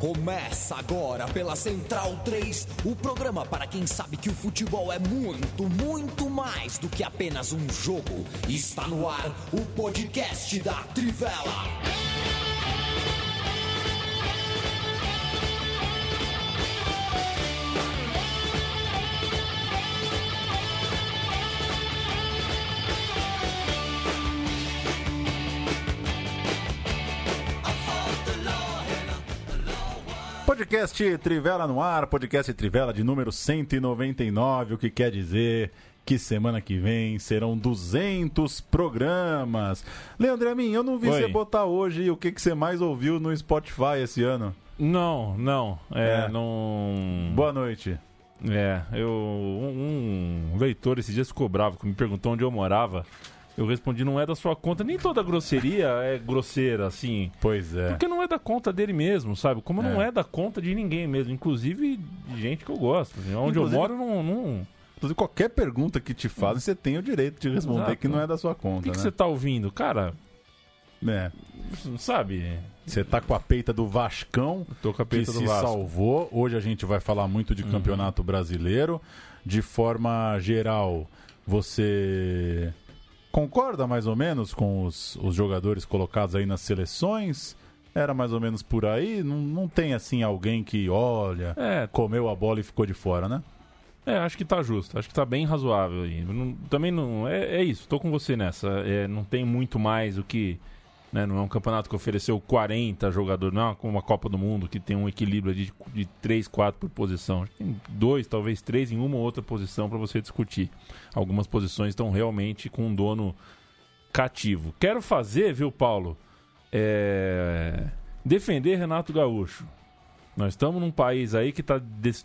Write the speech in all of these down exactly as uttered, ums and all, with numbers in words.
Começa agora pela Central três, o programa para quem sabe que o futebol é muito, muito mais do que apenas um jogo. Está no ar o podcast da Trivela. Podcast Trivela no ar, podcast Trivela de número cento e noventa e nove, o que quer dizer que semana que vem serão duzentos programas. Leandro Amin, eu não vi Oi. Você botar hoje o que, que você mais ouviu no Spotify esse ano. Não, não, é, É. não... Boa noite. É, eu... Um, um leitor esses dias ficou bravo, que me perguntou onde eu morava. Eu respondi, não é da sua conta. Nem toda grosseria é grosseira, assim. Pois é. Porque não é da conta dele mesmo, sabe? Como não É. é da conta de ninguém mesmo. Inclusive de gente que eu gosto. Assim. Onde Inclusive- eu moro, não... não... Inclusive, qualquer pergunta que te fazem, você tem o direito de responder Exato. que não é da sua O conta, que, que né? você tá ouvindo? Cara, É. sabe? Você tá com a peita do Vascão, Tô com a que peita do se Vasco. salvou. Hoje a gente vai falar muito de campeonato brasileiro. De forma geral, você concorda mais ou menos com os, os jogadores colocados aí nas seleções? Era mais ou menos por aí? Não, não tem assim alguém que olha, É, comeu a bola e ficou de fora, né? É, acho que tá justo, acho que tá bem razoável aí. Não- também não. É, é isso, tô com você nessa. É, não tem muito mais o que. Né, não é um campeonato que ofereceu quarenta jogadores, não é como uma Copa do Mundo que tem um equilíbrio de, de três, quatro por posição. Tem dois, talvez três em uma ou outra posição para você discutir. Algumas posições estão realmente com um dono cativo. Quero fazer, viu, Paulo? É, defender Renato Gaúcho. Nós estamos num país aí que está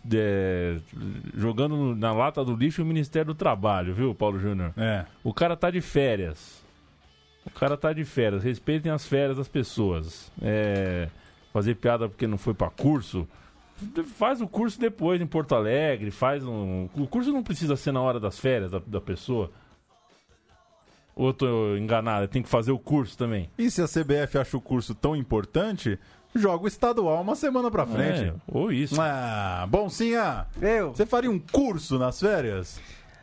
jogando no- na lata do lixo o Ministério do Trabalho, viu, Paulo Júnior? É. O cara tá de férias. O cara tá de férias. Respeitem as férias das pessoas. É, fazer piada porque não foi para curso. Faz o curso depois em Porto Alegre. Faz um. O curso não precisa ser na hora das férias da, da pessoa. Ou eu tô enganado? Tem que fazer o curso também. E se a C B F acha o curso tão importante, joga o estadual uma semana pra frente. É, ou isso. Ah, Boncinha, Eu? você faria um curso nas férias?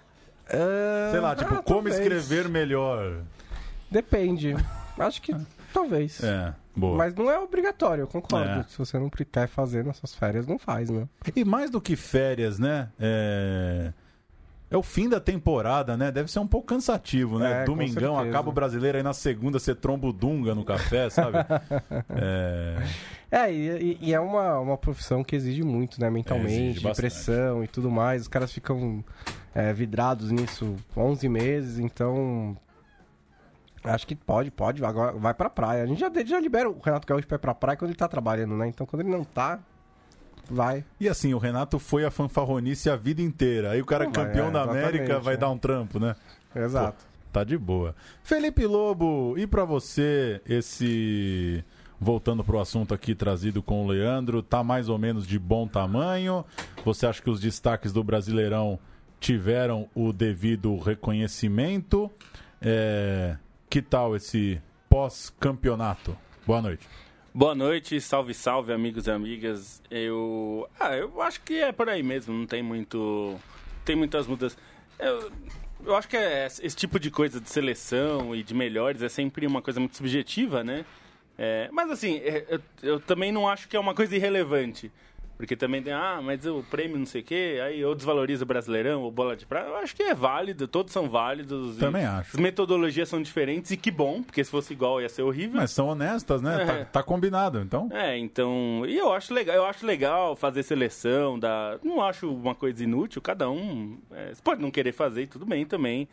Ah, Sei lá, tipo, ah, como talvez. escrever melhor. Depende. Acho que talvez. É, boa. Mas não é obrigatório, eu concordo. É. Se você não quer fazer nas suas férias, não faz, né? E mais do que férias, né? É... é o fim da temporada, né? Deve ser um pouco cansativo, né? É, com Domingão, certeza. acaba o brasileiro, aí na segunda você tromba o Dunga no café, sabe? é... É, e, e- e é uma, uma profissão que exige muito, né? É, Mentalmente, exige de bastante. pressão e tudo mais. Os caras ficam é, vidrados nisso onze meses, então... Acho que pode, pode. Agora vai pra praia. A gente já, já libera o Renato Gaúcho pra ir pra praia quando ele tá trabalhando, né? Então quando ele não tá, vai. E assim, o Renato foi a fanfarronice a vida inteira. Aí o cara Não vai, campeão é, da América exatamente, vai é. dar um trampo, né? Exato. Tá de boa. Felipe Lobo, e pra você esse... Voltando pro assunto aqui trazido com o Leandro, tá mais ou menos de bom tamanho? Você acha que os destaques do Brasileirão tiveram o devido reconhecimento? É... Que tal esse pós-campeonato? Boa noite. Boa noite, salve, salve, amigos e amigas. Eu, ah, eu acho que é por aí mesmo, não tem muito, tem muitas mudanças. Eu, eu acho que é esse tipo de coisa de seleção e de melhores é sempre uma coisa muito subjetiva, né? É, mas assim, é, eu, eu também não acho que é uma coisa irrelevante. Porque também tem, ah, mas o prêmio não sei o quê, aí ou desvaloriza o Brasileirão, ou bola de prata. Eu acho que é válido, todos são válidos. Também e acho. As metodologias são diferentes e que bom, porque se fosse igual ia ser horrível. Mas são honestas, né? É. Tá, tá combinado, então. É, então, e eu acho legal, eu acho legal fazer seleção, da, não acho uma coisa inútil, cada um, é, você pode não querer fazer e tudo bem também.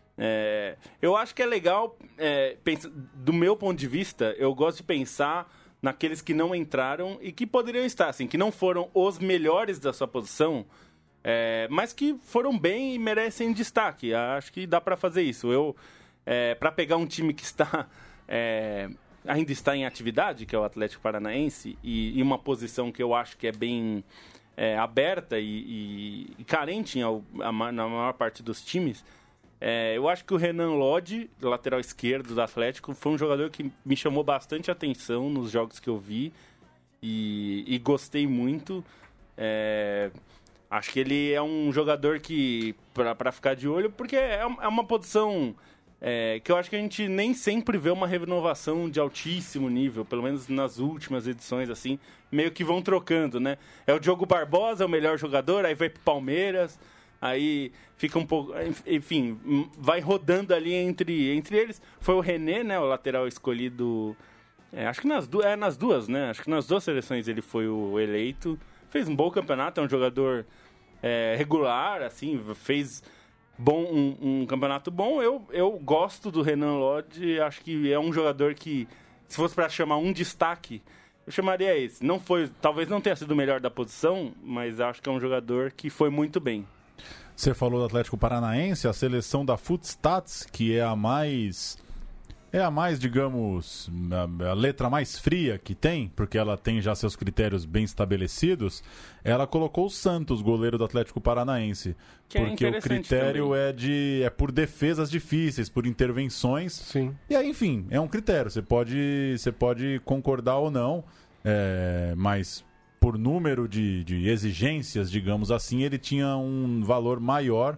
É, eu acho que é legal, é, pensa, do meu ponto de vista, eu gosto de pensar naqueles que não entraram e que poderiam estar, assim, que não foram os melhores da sua posição, é, mas que foram bem e merecem destaque. Acho que dá pra fazer isso. Eu, é, para pegar um time que está é, ainda está em atividade, que é o Atlético Paranaense, e, e uma posição que eu acho que é bem é, aberta e, e, e carente em, al- a ma- na maior parte dos times, é, eu acho que o Renan Lodge, lateral esquerdo do Atlético, foi um jogador que me chamou bastante atenção nos jogos que eu vi. e, e gostei muito. É, acho que ele é um jogador que, para ficar de olho, porque é, é uma posição é, que eu acho que a gente nem sempre vê uma renovação de altíssimo nível, pelo menos nas últimas edições, assim, meio que vão trocando, né? É o Diogo Barbosa, o melhor jogador, aí vai pro Palmeiras, aí fica um pouco... Enfim, vai rodando ali entre, entre eles. Foi o René, né, o lateral escolhido... É, acho que nas, du é, nas duas, né? Acho que nas duas seleções ele foi o eleito. Fez um bom campeonato, é um jogador é, regular, assim, fez bom, um, um campeonato bom. Eu, eu gosto do Renan Lodge, acho que é um jogador que, se fosse para chamar um destaque, eu chamaria esse. Não foi, talvez não tenha sido o melhor da posição, mas acho que é um jogador que foi muito bem. Você falou do Atlético Paranaense, a seleção da Footstats, que é a mais... É a mais, digamos, a, a letra mais fria que tem, porque ela tem já seus critérios bem estabelecidos. Ela colocou o Santos, goleiro do Atlético Paranaense. Que é porque o critério também. é de é por defesas difíceis, por intervenções. Sim. E aí, enfim, é um critério. Você pode, você pode concordar ou não, é, mas por número de, de exigências, digamos assim, ele tinha um valor maior.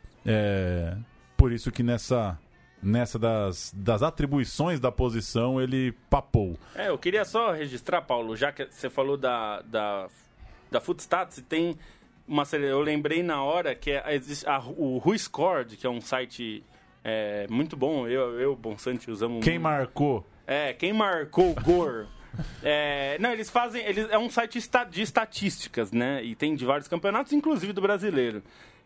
É, por isso que nessa... Nessa das, das atribuições da posição, ele papou. É, eu queria só registrar, Paulo, já que você falou da, da, da Footstats, tem uma... Eu lembrei na hora que é, a, o WhoScored, que é um site é, muito bom, eu e o Bonsante usamos... Quem muito. marcou? É, quem marcou o gol. é, não, eles fazem... Eles, é um site de estatísticas, né? E tem de vários campeonatos, inclusive do brasileiro.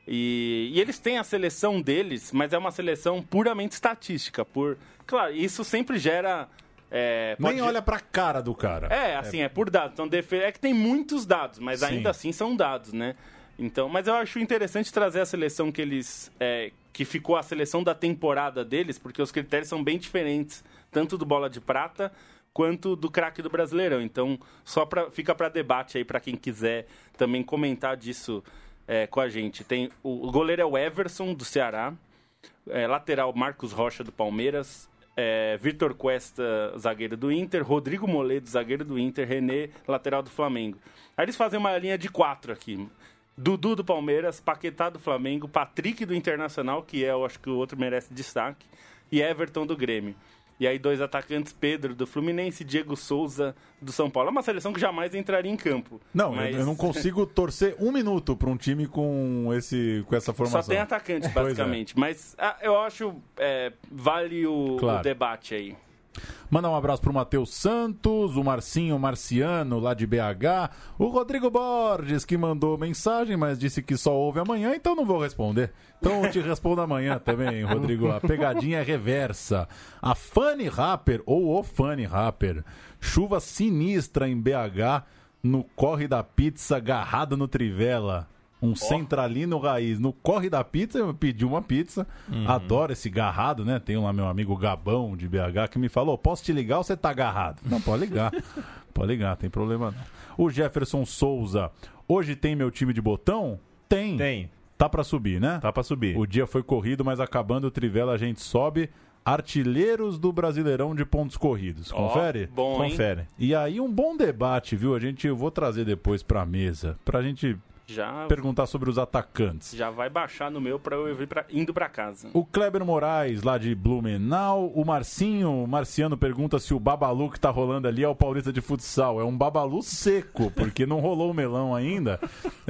E, e eles têm a seleção deles, mas é uma seleção puramente estatística. Por, claro, isso sempre gera... É, pode... Nem olha pra cara do cara. É, assim, é, é por dados. Então, defe... É que tem muitos dados, mas Sim. ainda assim são dados, né? Então, mas eu acho interessante trazer a seleção que eles... É, que ficou a seleção da temporada deles, porque os critérios são bem diferentes, tanto do Bola de Prata quanto do craque do Brasileirão. Então, só pra, fica para debate aí para quem quiser também comentar disso... É, com a gente. Tem, o, o goleiro é o Everson, do Ceará. É, lateral, Marcos Rocha, do Palmeiras. É, Vitor Cuesta, zagueiro do Inter. Rodrigo Moledo, zagueiro do Inter. René, lateral do Flamengo. Aí eles fazem uma linha de quatro aqui. Dudu, do Palmeiras. Paquetá, do Flamengo. Patrick, do Internacional, que é, eu acho que o outro merece destaque. E Everton, do Grêmio. E aí dois atacantes, Pedro, do Fluminense, Diego Souza, do São Paulo. É uma seleção que jamais entraria em campo. Não, mas... eu, eu não consigo torcer um minuto para um time com, esse, com essa formação. Só tem atacantes, basicamente. É. Mas ah, eu acho é, vale o, claro. o debate aí. Mandar um abraço pro Matheus Santos, o Marcinho Marciano, lá de B H, o Rodrigo Borges, que mandou mensagem, mas disse que só ouve amanhã, então não vou responder. Então eu te respondo amanhã também, Rodrigo. A pegadinha é reversa. A Fanny Rapper, ou o Fanny Rapper, chuva sinistra em B H, no Corre da Pizza, agarrada no Trivela. Um oh. centralino raiz. No Corre da Pizza, eu pedi uma pizza. Uhum. Adoro esse garrado, né? Tem lá meu amigo Gabão, de B H, que me falou, posso te ligar ou você tá agarrado? Não, pode ligar. Pode ligar, tem problema não. O Jefferson Souza, hoje tem meu time de botão? Tem. Tem. Tá pra subir, né? Tá pra subir. O dia foi corrido, mas acabando o Trivela a gente sobe. Artilheiros do Brasileirão de pontos corridos. Confere? Oh, bom, Confere. Hein? E aí um bom debate, viu? A gente, eu vou trazer depois pra mesa, pra gente... Já, perguntar sobre os atacantes. Já vai baixar no meu para eu ir pra, indo para casa. O Kleber Moraes, lá de Blumenau. O Marcinho, o Marciano pergunta se o Babalu que tá rolando ali é o Paulista de Futsal. É um Babalu seco, porque não rolou o melão ainda.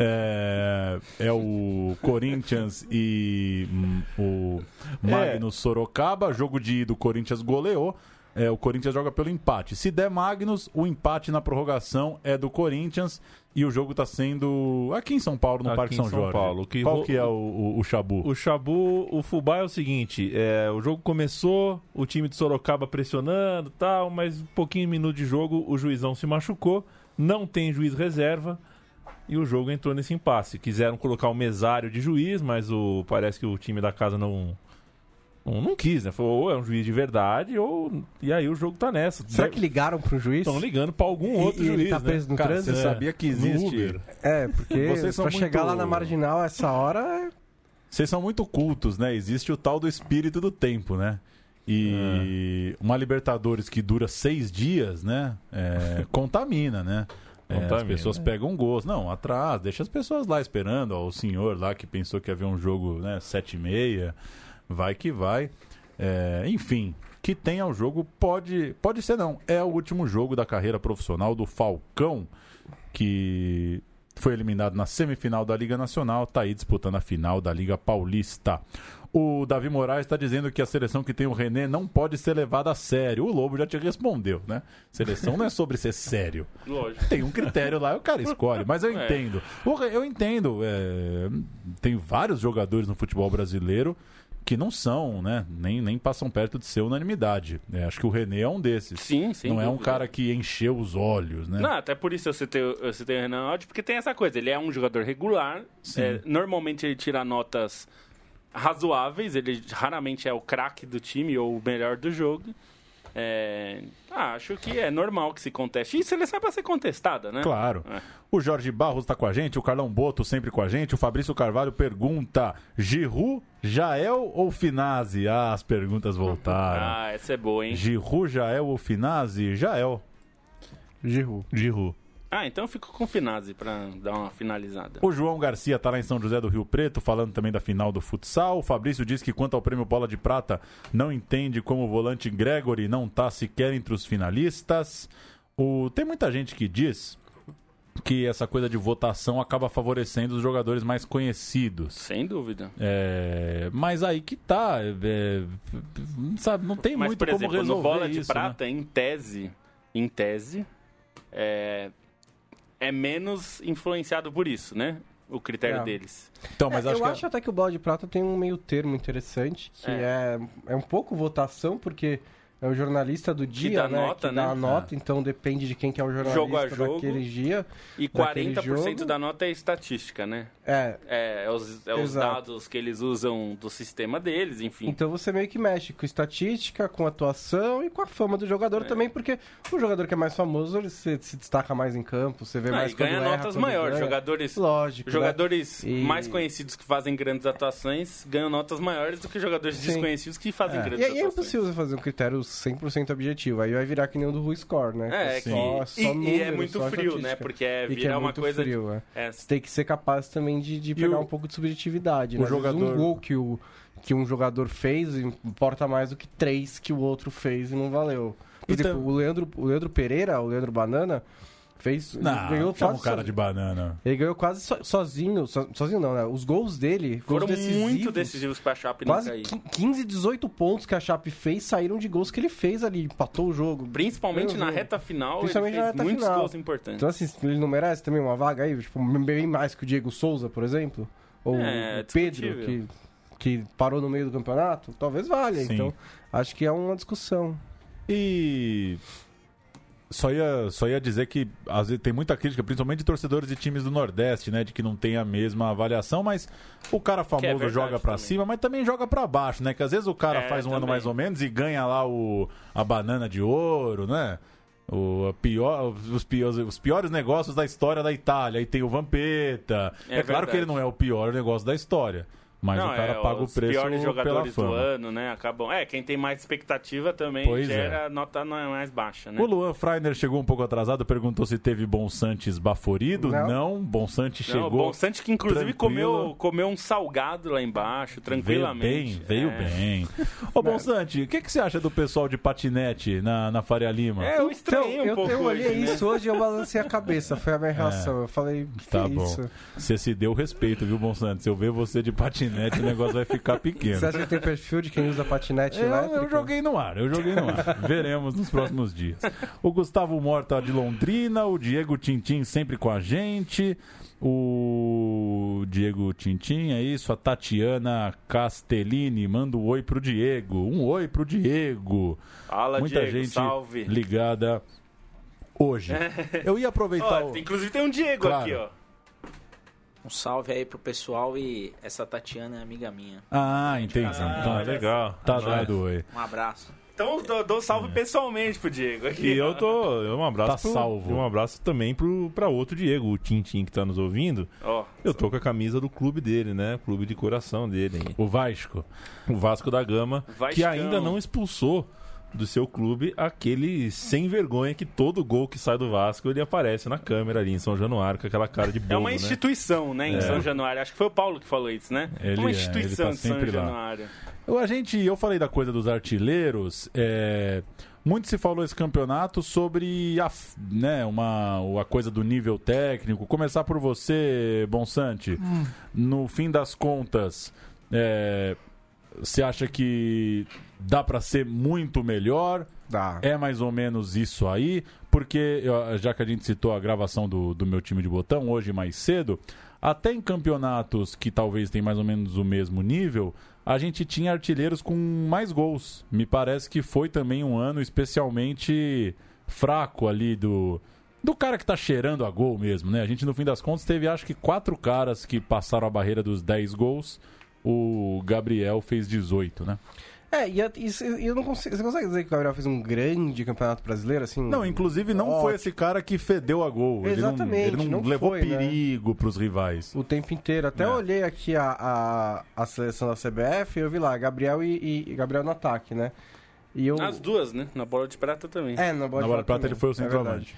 É, é o Corinthians e hum, o Magnus é. Sorocaba. Jogo de ida, o Corinthians goleou. É, o Corinthians joga pelo empate. Se der Magnus, o empate na prorrogação é do Corinthians e o jogo está sendo aqui em São Paulo, no aqui Parque São, São Jorge. Paulo. Que Qual ro... que é o, o, o Xabu? O Xabu, o Fubá é o seguinte, é, o jogo começou, o time de Sorocaba pressionando e tal, mas um pouquinho de minuto de jogo, o juizão se machucou, não tem juiz reserva e o jogo entrou nesse impasse. Quiseram colocar o mesário de juiz, mas o, parece que o time da casa não... Não, não quis, né? Falou, ou é um juiz de verdade, ou... E aí o jogo tá nessa. Será Deve... que ligaram pro juiz? Estão ligando pra algum e, outro e juiz, ele tá né? preso no Cara, trânsito? você é. sabia que existe... É, porque Vocês são pra muito... chegar lá na Marginal essa hora... Vocês são muito cultos, né? Existe o tal do espírito do tempo, né? E é. uma Libertadores que dura seis dias, né? É, contamina, né? É, Não tá as pessoas mesmo, pegam gosto. Não, atrás, deixa as pessoas lá esperando. Ó, o senhor lá que pensou que ia ver um jogo, né, sete e meia, vai que vai. É, enfim, que tenha o jogo, pode, pode ser não. É o último jogo da carreira profissional do Falcão, que foi eliminado na semifinal da Liga Nacional, está aí disputando a final da Liga Paulista. O Davi Moraes está dizendo que a seleção que tem o René não pode ser levada a sério. O Lobo já te respondeu, né? Seleção não é sobre ser sério. Lógico. Tem um critério lá e o cara escolhe. Mas eu É. entendo. O Re- Eu entendo. é, Tem vários jogadores no futebol brasileiro que não são, né? Nem, nem passam perto de ser unanimidade. É, acho que o René é um desses. Sim, sem não é um dúvida. cara que encheu os olhos, né? Não, até por isso eu citei, eu citei o Renan Lodge, porque tem essa coisa, ele é um jogador regular, Sim. é, normalmente ele tira notas razoáveis, ele raramente é o craque do time ou o melhor do jogo. É, ah, acho que é normal que se conteste. E seleção é pra ser contestada, né? Claro. É. O Jorge Barros está com a gente, o Carlão Boto sempre com a gente, o Fabrício Carvalho pergunta: Giroud, Jael ou Finazzi? Ah, as perguntas voltaram. Ah, essa é boa, hein? Giroud, Jael ou Finazzi? Jael. Giroud. Giroud. Ah, então eu fico com o Finazzi pra dar uma finalizada. O João Garcia está lá em São José do Rio Preto, falando também da final do futsal. O Fabrício diz que quanto ao prêmio Bola de Prata, não entende como o volante Gregory não está sequer entre os finalistas. O... Tem muita gente que diz que essa coisa de votação acaba favorecendo os jogadores mais conhecidos. Sem dúvida. É, mas aí que tá, é, sabe, não tem Mas, muito por como exemplo, resolver no Bola de isso, né? Prata, em tese, em tese, é, é menos influenciado por isso, né? O critério É. deles. Então, mas É, acho eu que acho até que o Bola de Prata tem um meio termo interessante, que é, é, um pouco votação, porque é o jornalista do dia, dá né? nota, que dá né? a nota, então depende de quem que é o jornalista Jogo a jogo. daquele dia. E daquele quarenta por cento jogo. da nota é estatística, né? É, É, é os, é os Exato. dados que eles usam do sistema deles, enfim. então você meio que mexe com estatística, com atuação e com a fama do jogador É. também, porque o jogador que é mais famoso, ele se, se destaca mais em campo, você vê Ah, mais e quando ganha erra, notas quando maiores. ganha. Jogadores, Lógico, né? jogadores E- mais conhecidos que fazem grandes atuações ganham notas maiores do que jogadores Sim. desconhecidos que fazem É. grandes E aí é atuações. impossível você fazer um critério cem por cento objetivo, aí vai virar que nem o do Rui Score, né? É, Que que, só- e, só e é número, muito só frio, né? estatística. Porque é, E que vira é uma muito coisa... de- frio, é. é, Você tem que ser capaz também de, de pegar o- um pouco de subjetividade, o né? Às vezes jogador- um gol que, o, que um jogador fez importa mais do que três que o outro fez e não valeu. Por Então- exemplo, o Leandro, o Leandro Pereira, o Leandro Banana, fez... Não, ganhou chama quase o cara so- de banana. Ele ganhou quase so- sozinho, so- sozinho não, né? Os gols dele, foram gols decisivos, muito decisivos pra Chape não quase cair. qui- quinze, dezoito pontos que a Chape fez saíram de gols que ele fez ali, empatou o jogo. Principalmente Ganhou o na jogo. reta final, Principalmente ele na fez reta muitos final. gols importantes. Então, assim, ele não merece também uma vaga aí? Tipo, bem mais que o Diego Souza, por exemplo? Ou É, o Pedro, discutível. que, que parou no meio do campeonato? Talvez valha. Sim. Então, acho que é uma discussão. E só ia, só ia dizer que às vezes tem muita crítica, principalmente de torcedores de times do Nordeste, né? De que não tem a mesma avaliação, mas o cara famoso verdade joga pra também. cima, mas também joga pra baixo, né? Que às vezes o cara É, faz um ano também. mais ou menos e ganha lá o, a banana de ouro, né? O, a pior, os, piores, os piores negócios da história da Itália. Aí tem o Vampeta. É, É claro que verdade. ele não é o pior negócio da história. Mas Não, o cara é, paga o os preço piores pela jogadores do fama. ano, né? Acabam. É, quem tem mais expectativa também Pois é. gera a nota não é mais baixa, né? O Luan Freiner chegou um pouco atrasado, perguntou se teve Bonsantes baforido. Não, Não. Bonsantes Não, chegou. o Bonsante que inclusive tranquilo. comeu, comeu um salgado lá embaixo, tranquilamente. Veio bem, veio É. bem. Ô, Bonsante, o que, que você acha do pessoal de patinete na, na Faria Lima? É, eu estranhei um eu, pouco eu olhei hoje, né? isso hoje e eu balancei a cabeça. Foi a minha reação. Eu falei, que Tá que é bom. isso? Você se deu respeito, viu, Bonsante? Se eu ver você de patinete, o negócio vai ficar pequeno. Você acha que tem perfil de quem usa patinete Eu, elétrico? eu joguei no ar, eu joguei no ar. Veremos nos próximos dias. O Gustavo Morta de Londrina, o Diego Tintim sempre com a gente. O Diego Tintim, é isso. A Tatiana Castellini manda um oi pro Diego. Um oi pro Diego. Fala, Muita Diego, gente salve. ligada hoje. Eu ia aproveitar. Ó, o... inclusive tem um Diego Claro. aqui, ó. Um salve aí pro pessoal e essa Tatiana é amiga minha. Ah, entendi. então, Ah, legal. Tá Vai. dado oi. Um abraço. Então dou, dou salve pessoalmente pro Diego aqui. E eu tô. Um abraço Tá pro, salvo. Um abraço também pro, pra outro Diego, o Tintim, que tá nos ouvindo. Ó, Eu tô com a camisa do clube dele, né? Clube de coração dele. O Vasco. O Vasco da Gama, que Vascão. ainda não expulsou do seu clube, aquele sem vergonha que todo gol que sai do Vasco ele aparece na câmera ali em São Januário com aquela cara de bobo, É uma né? instituição, né, em É. São Januário. Acho que foi o Paulo que falou isso, né? Ele uma é, instituição ele tá de São sempre lá. Januário. Eu, a gente, eu falei da coisa dos artilheiros. É, muito se falou esse campeonato sobre a, né, uma, a coisa do nível técnico. Começar por você, Bonsante. Hum. No fim das contas, é, você acha que dá para ser muito melhor? Dá. É mais ou menos isso aí? Porque, já que a gente citou a gravação do, do meu time de botão hoje mais cedo, até em campeonatos que talvez tenham mais ou menos o mesmo nível, a gente tinha artilheiros com mais gols. Me parece que foi também um ano especialmente fraco ali do, do cara que tá cheirando a gol mesmo, né? A gente, no fim das contas, teve acho que quatro caras que passaram a barreira dos dez gols. O Gabriel fez dezoito, né? É, e, a- e cê- e eu não consigo. Você consegue dizer que o Gabriel fez um grande campeonato brasileiro, assim? Não, inclusive não Ótimo. foi esse cara que fedeu a gol. Exatamente, Ele não, ele não, não levou foi, né? perigo pros rivais. O tempo inteiro. Até É. eu olhei aqui a, a, a seleção da C B F e eu vi lá, Gabriel e, e- e Gabriel no ataque, né? E eu... As duas, né? Na bola de prata também. É, na bola Na de bola de prata também, ele foi o é centroavante. verdade.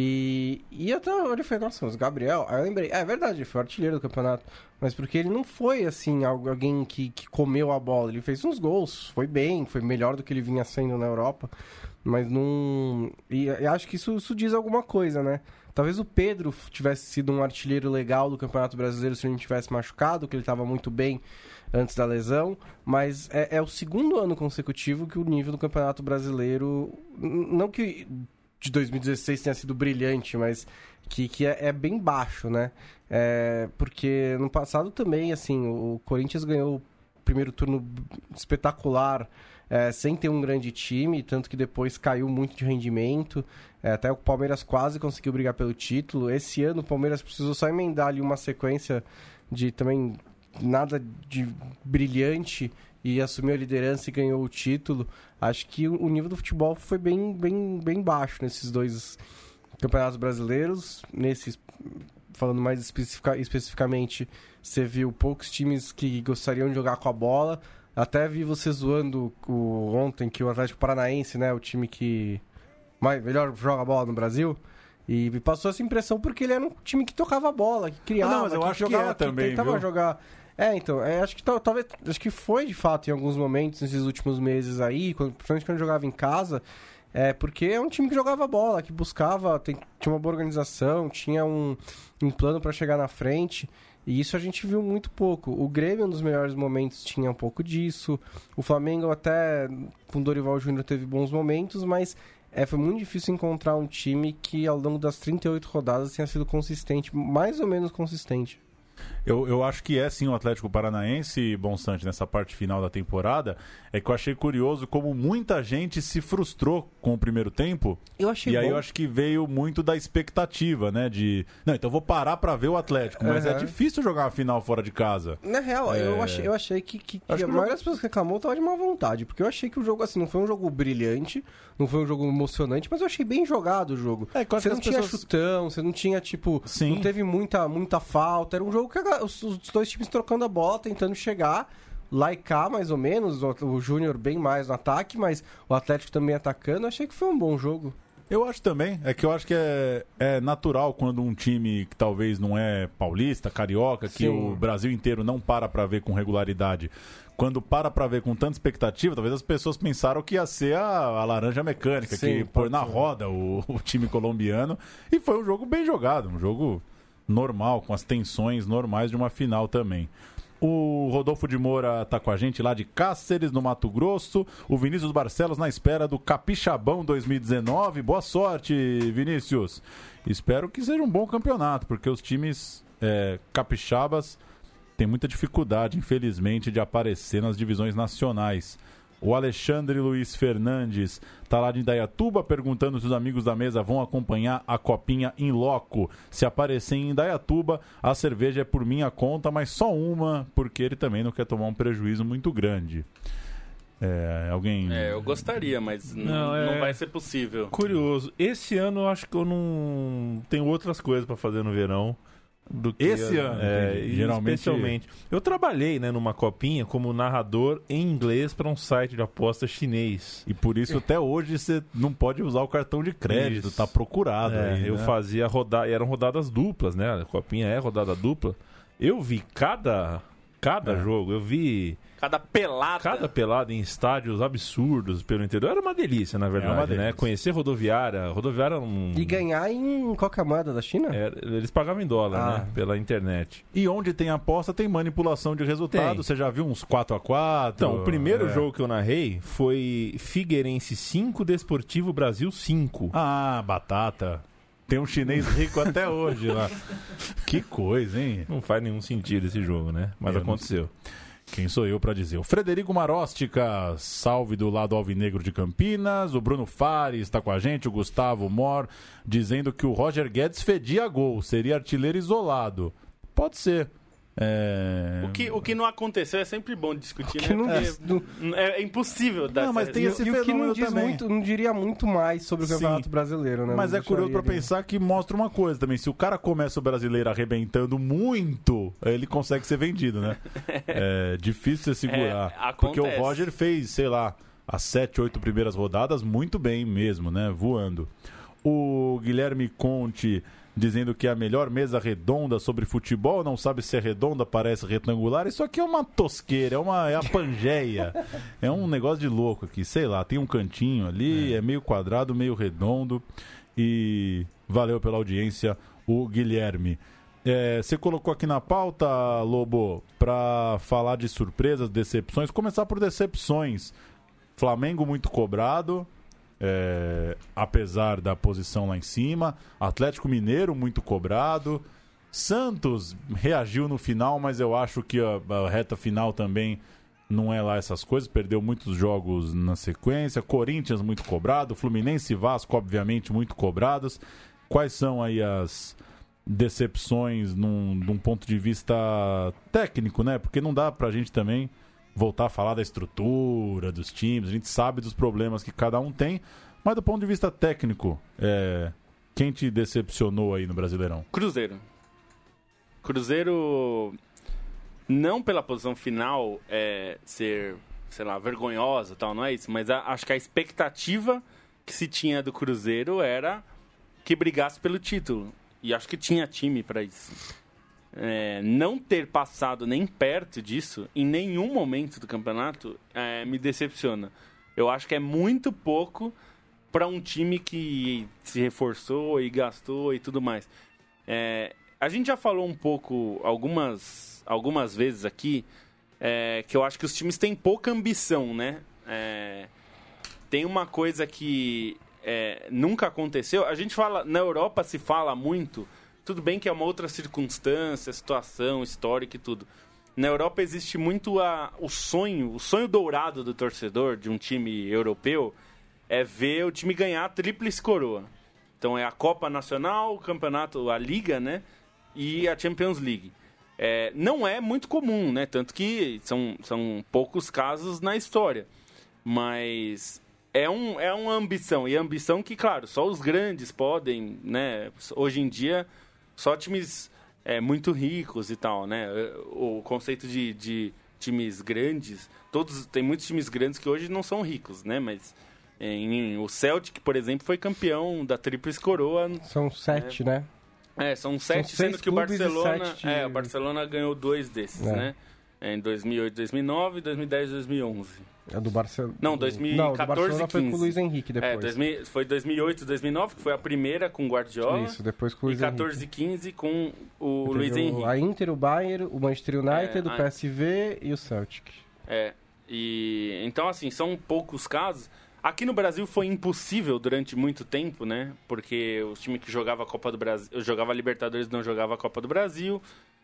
E, e eu até olhei e falei, nossa, mas o Gabriel... Aí eu lembrei, é verdade, ele foi o artilheiro do campeonato. Mas porque ele não foi, assim, algo- alguém que, que comeu a bola. Ele fez uns gols, foi bem, foi melhor do que ele vinha sendo na Europa. Mas não... E, e acho que isso, isso diz alguma coisa, né? Talvez o Pedro tivesse sido um artilheiro legal do Campeonato Brasileiro se ele não tivesse machucado, que ele estava muito bem antes da lesão, mas é, é o segundo ano consecutivo que o nível do Campeonato Brasileiro, n- não que de dois mil e dezesseis tenha sido brilhante, mas que, que é, é bem baixo, né? É, porque no passado também, assim, o Corinthians ganhou o primeiro turno espetacular, é, sem ter um grande time, tanto que depois caiu muito de rendimento. É, até o Palmeiras quase conseguiu brigar pelo título. Esse ano o Palmeiras precisou só emendar ali uma sequência de também nada de brilhante e assumiu a liderança e ganhou o título. Acho que o o nível do futebol foi bem, bem, bem baixo nesses dois campeonatos brasileiros. Nesses, falando mais especifica- especificamente, você viu poucos times que gostariam de jogar com a bola. Até vi você zoando o, ontem que o Atlético Paranaense, né, o time que mais, melhor joga bola no Brasil, e me passou essa impressão porque ele era um time que tocava a bola, que criava, Não, mas eu que acho que jogava, é também, tentava viu? jogar. É, então, é, acho que tal- talvez, acho que foi de fato em alguns momentos nesses últimos meses aí, quando, principalmente quando jogava em casa, é porque é um time que jogava bola, que buscava, tem- tinha uma boa organização, tinha um, um plano para chegar na frente. E isso a gente viu muito pouco. O Grêmio, nos melhores momentos, tinha um pouco disso. O Flamengo, até com o Dorival Júnior, teve bons momentos, mas é, foi muito difícil encontrar um time que, ao longo das trinta e oito rodadas, tenha sido consistente, mais ou menos consistente. Eu, eu acho que é sim o Atlético Paranaense, Bonsante, nessa parte final da temporada. É que eu achei curioso como muita gente se frustrou com o primeiro tempo. Eu achei E aí bom. eu acho que veio muito da expectativa, né? De. Não, então eu vou parar pra ver o Atlético. Mas é Aham. difícil jogar uma final fora de casa. Na real, É. eu, achei, eu achei que, que, que Acho a que o maioria jogo- das pessoas que reclamou tava de má vontade, porque eu achei que o jogo, assim, não foi um jogo brilhante, não foi um jogo emocionante, mas eu achei bem jogado o jogo. É, que eu acho Você que não as tinha pessoas- chutão, você não tinha, tipo, Sim. não teve muita, muita falta, era um jogo que a- os, os dois times trocando a bola, tentando chegar lá e cá, mais ou menos, o, o Júnior bem mais no ataque, mas o Atlético também atacando, eu achei que foi um bom jogo. Eu acho também. É que eu acho que é, é natural quando um time que talvez não é paulista, carioca, que Sim. o Brasil inteiro não para pra ver com regularidade. Quando para pra ver com tanta expectativa, talvez as pessoas pensaram que ia ser a, a laranja mecânica, Sim, que pôr pode na ser. roda o, o time colombiano. E foi um jogo bem jogado, um jogo normal, com as tensões normais de uma final também. O Rodolfo de Moura tá com a gente lá de Cáceres, no Mato Grosso. O Vinícius Barcelos na espera do Capixabão dois mil e dezenove. Boa sorte, Vinícius. Espero que seja um bom campeonato, porque os times é, capixabas têm muita dificuldade, infelizmente, de aparecer nas divisões nacionais. O Alexandre Luiz Fernandes tá lá de Indaiatuba perguntando se os amigos da mesa vão acompanhar a copinha em loco. Se aparecer em Indaiatuba, a cerveja é por minha conta, mas só uma, porque ele também não quer tomar um prejuízo muito grande. É, alguém... É, eu gostaria, mas não, Não, é- não vai ser possível. Curioso. Esse ano eu acho que eu não tenho outras coisas pra fazer no verão do que Esse a- ano, é, entendi. e Geralmente- especialmente. Eu trabalhei, né, numa copinha como narrador em inglês para um site de aposta chinês. E por isso até hoje você não pode usar o cartão de crédito, Isso. tá procurado É, aí, eu né? fazia rodar, e eram rodadas duplas, né? A copinha é rodada dupla. Eu vi cada cada É. jogo, eu vi Cada pelada. cada pelada em estádios absurdos pelo interior. Era uma delícia, na verdade, uma delícia. né? Conhecer rodoviária, rodoviária um E ganhar em qualquer moeda da China? era- eles pagavam em dólar, Ah. né? Pela internet. E onde tem aposta tem manipulação de resultado. Tem. Você já viu uns quatro a quatro? Então, o primeiro É. jogo que eu narrei foi Figueirense cinco, Desportivo Brasil cinco. Ah, batata. Tem um chinês rico até hoje lá. Que coisa, hein? Não faz nenhum sentido esse jogo, né? Mas Eu não aconteceu. Quem sou eu pra dizer? O Frederico Marostica, salve do lado alvinegro de Campinas. O Bruno Fares está com a gente. O Gustavo Mor dizendo que o Roger Guedes fedia gol, seria artilheiro isolado. Pode ser. É... O que, o que não aconteceu é sempre bom discutir, Que né? não Porque diz- não- é, é impossível dar Não, mas essa tem resposta. esse E o que não fenômeno diz também. muito, não diria muito mais sobre o Sim. Campeonato Brasileiro, né? Mas Não é curioso pra deixaria ali. pensar que mostra uma coisa também. Se o cara começa o brasileiro arrebentando muito, ele consegue ser vendido, né? É difícil você segurar. É, porque o acontece. Roger fez, sei lá, as sete, oito primeiras rodadas muito bem mesmo, né? Voando. O Guilherme Conte dizendo que é a melhor mesa redonda sobre futebol, não sabe se é redonda, parece retangular. Isso aqui é uma tosqueira, é uma é a Pangeia. É um negócio de louco aqui, sei lá, tem um cantinho ali, é, meio quadrado, meio redondo. E valeu pela audiência, o Guilherme. É, você colocou aqui na pauta, Lobo, pra falar de surpresas, decepções. Começar por decepções. Flamengo muito cobrado, é, apesar da posição lá em cima. Atlético Mineiro muito cobrado. Santos reagiu no final, mas eu acho que a, a reta final também não é lá essas coisas. Perdeu muitos jogos na sequência. Corinthians muito cobrado. Fluminense e Vasco, obviamente, muito cobrados. Quais são aí as decepções num, num ponto de vista técnico, né? Porque não dá pra gente também voltar a falar da estrutura dos times. A gente sabe dos problemas que cada um tem, mas do ponto de vista técnico, é, quem te decepcionou aí no Brasileirão? Cruzeiro. Cruzeiro, não pela posição final é, ser, sei lá, vergonhosa e tal, não é isso, mas a- acho que a expectativa que se tinha do Cruzeiro era que brigasse pelo título. E acho que tinha time para isso. É, não ter passado nem perto disso em nenhum momento do campeonato é, me decepciona. Eu acho que é muito pouco para um time que se reforçou e gastou e tudo mais. É, a gente já falou um pouco algumas, algumas vezes aqui é, que eu acho que os times têm pouca ambição, né? É, tem uma coisa que é, nunca aconteceu. A gente fala, na Europa se fala muito. Tudo bem que é uma outra circunstância, situação histórica e tudo. Na Europa existe muito a, o sonho, o sonho dourado do torcedor de um time europeu é ver o time ganhar a tríplice coroa. Então é a Copa Nacional, o campeonato, a Liga, né? E a Champions League. É, não é muito comum, né? Tanto que são, são poucos casos na história. Mas é, um, é uma ambição. E a ambição que, claro, só os grandes podem, né? Hoje em dia, só times é, muito ricos e tal, né? O conceito de, de times grandes, todos tem muitos times grandes que hoje não são ricos, né? Mas em, o Celtic, por exemplo, foi campeão da Tríplice Coroa. São sete, né? É, são sete, seis sendo que o clubes e Barcelona, sete- é, o Barcelona ganhou dois desses, É. né? Em dois mil e oito, dois mil e nove, dois mil e dez, dois mil e onze. É do Barcelona. Não, dois mil e Não, do quatorze, Barcelona foi com o quinze. Luiz Henrique depois. É, dois mil, foi dois mil e oito, dois mil e nove, que foi a primeira com o Guardiola. Isso, depois com o E Luiz quatorze e Henrique. quinze com o Teve Luiz o- Henrique. A Inter, o Bayern, o Manchester United, É, o a- P S V e o Celtic. É, e então assim, são poucos casos. Aqui no Brasil foi impossível durante muito tempo, né? Porque o time que jogava a Copa do Brasil, jogava a Libertadores, não jogava a Copa do Brasil.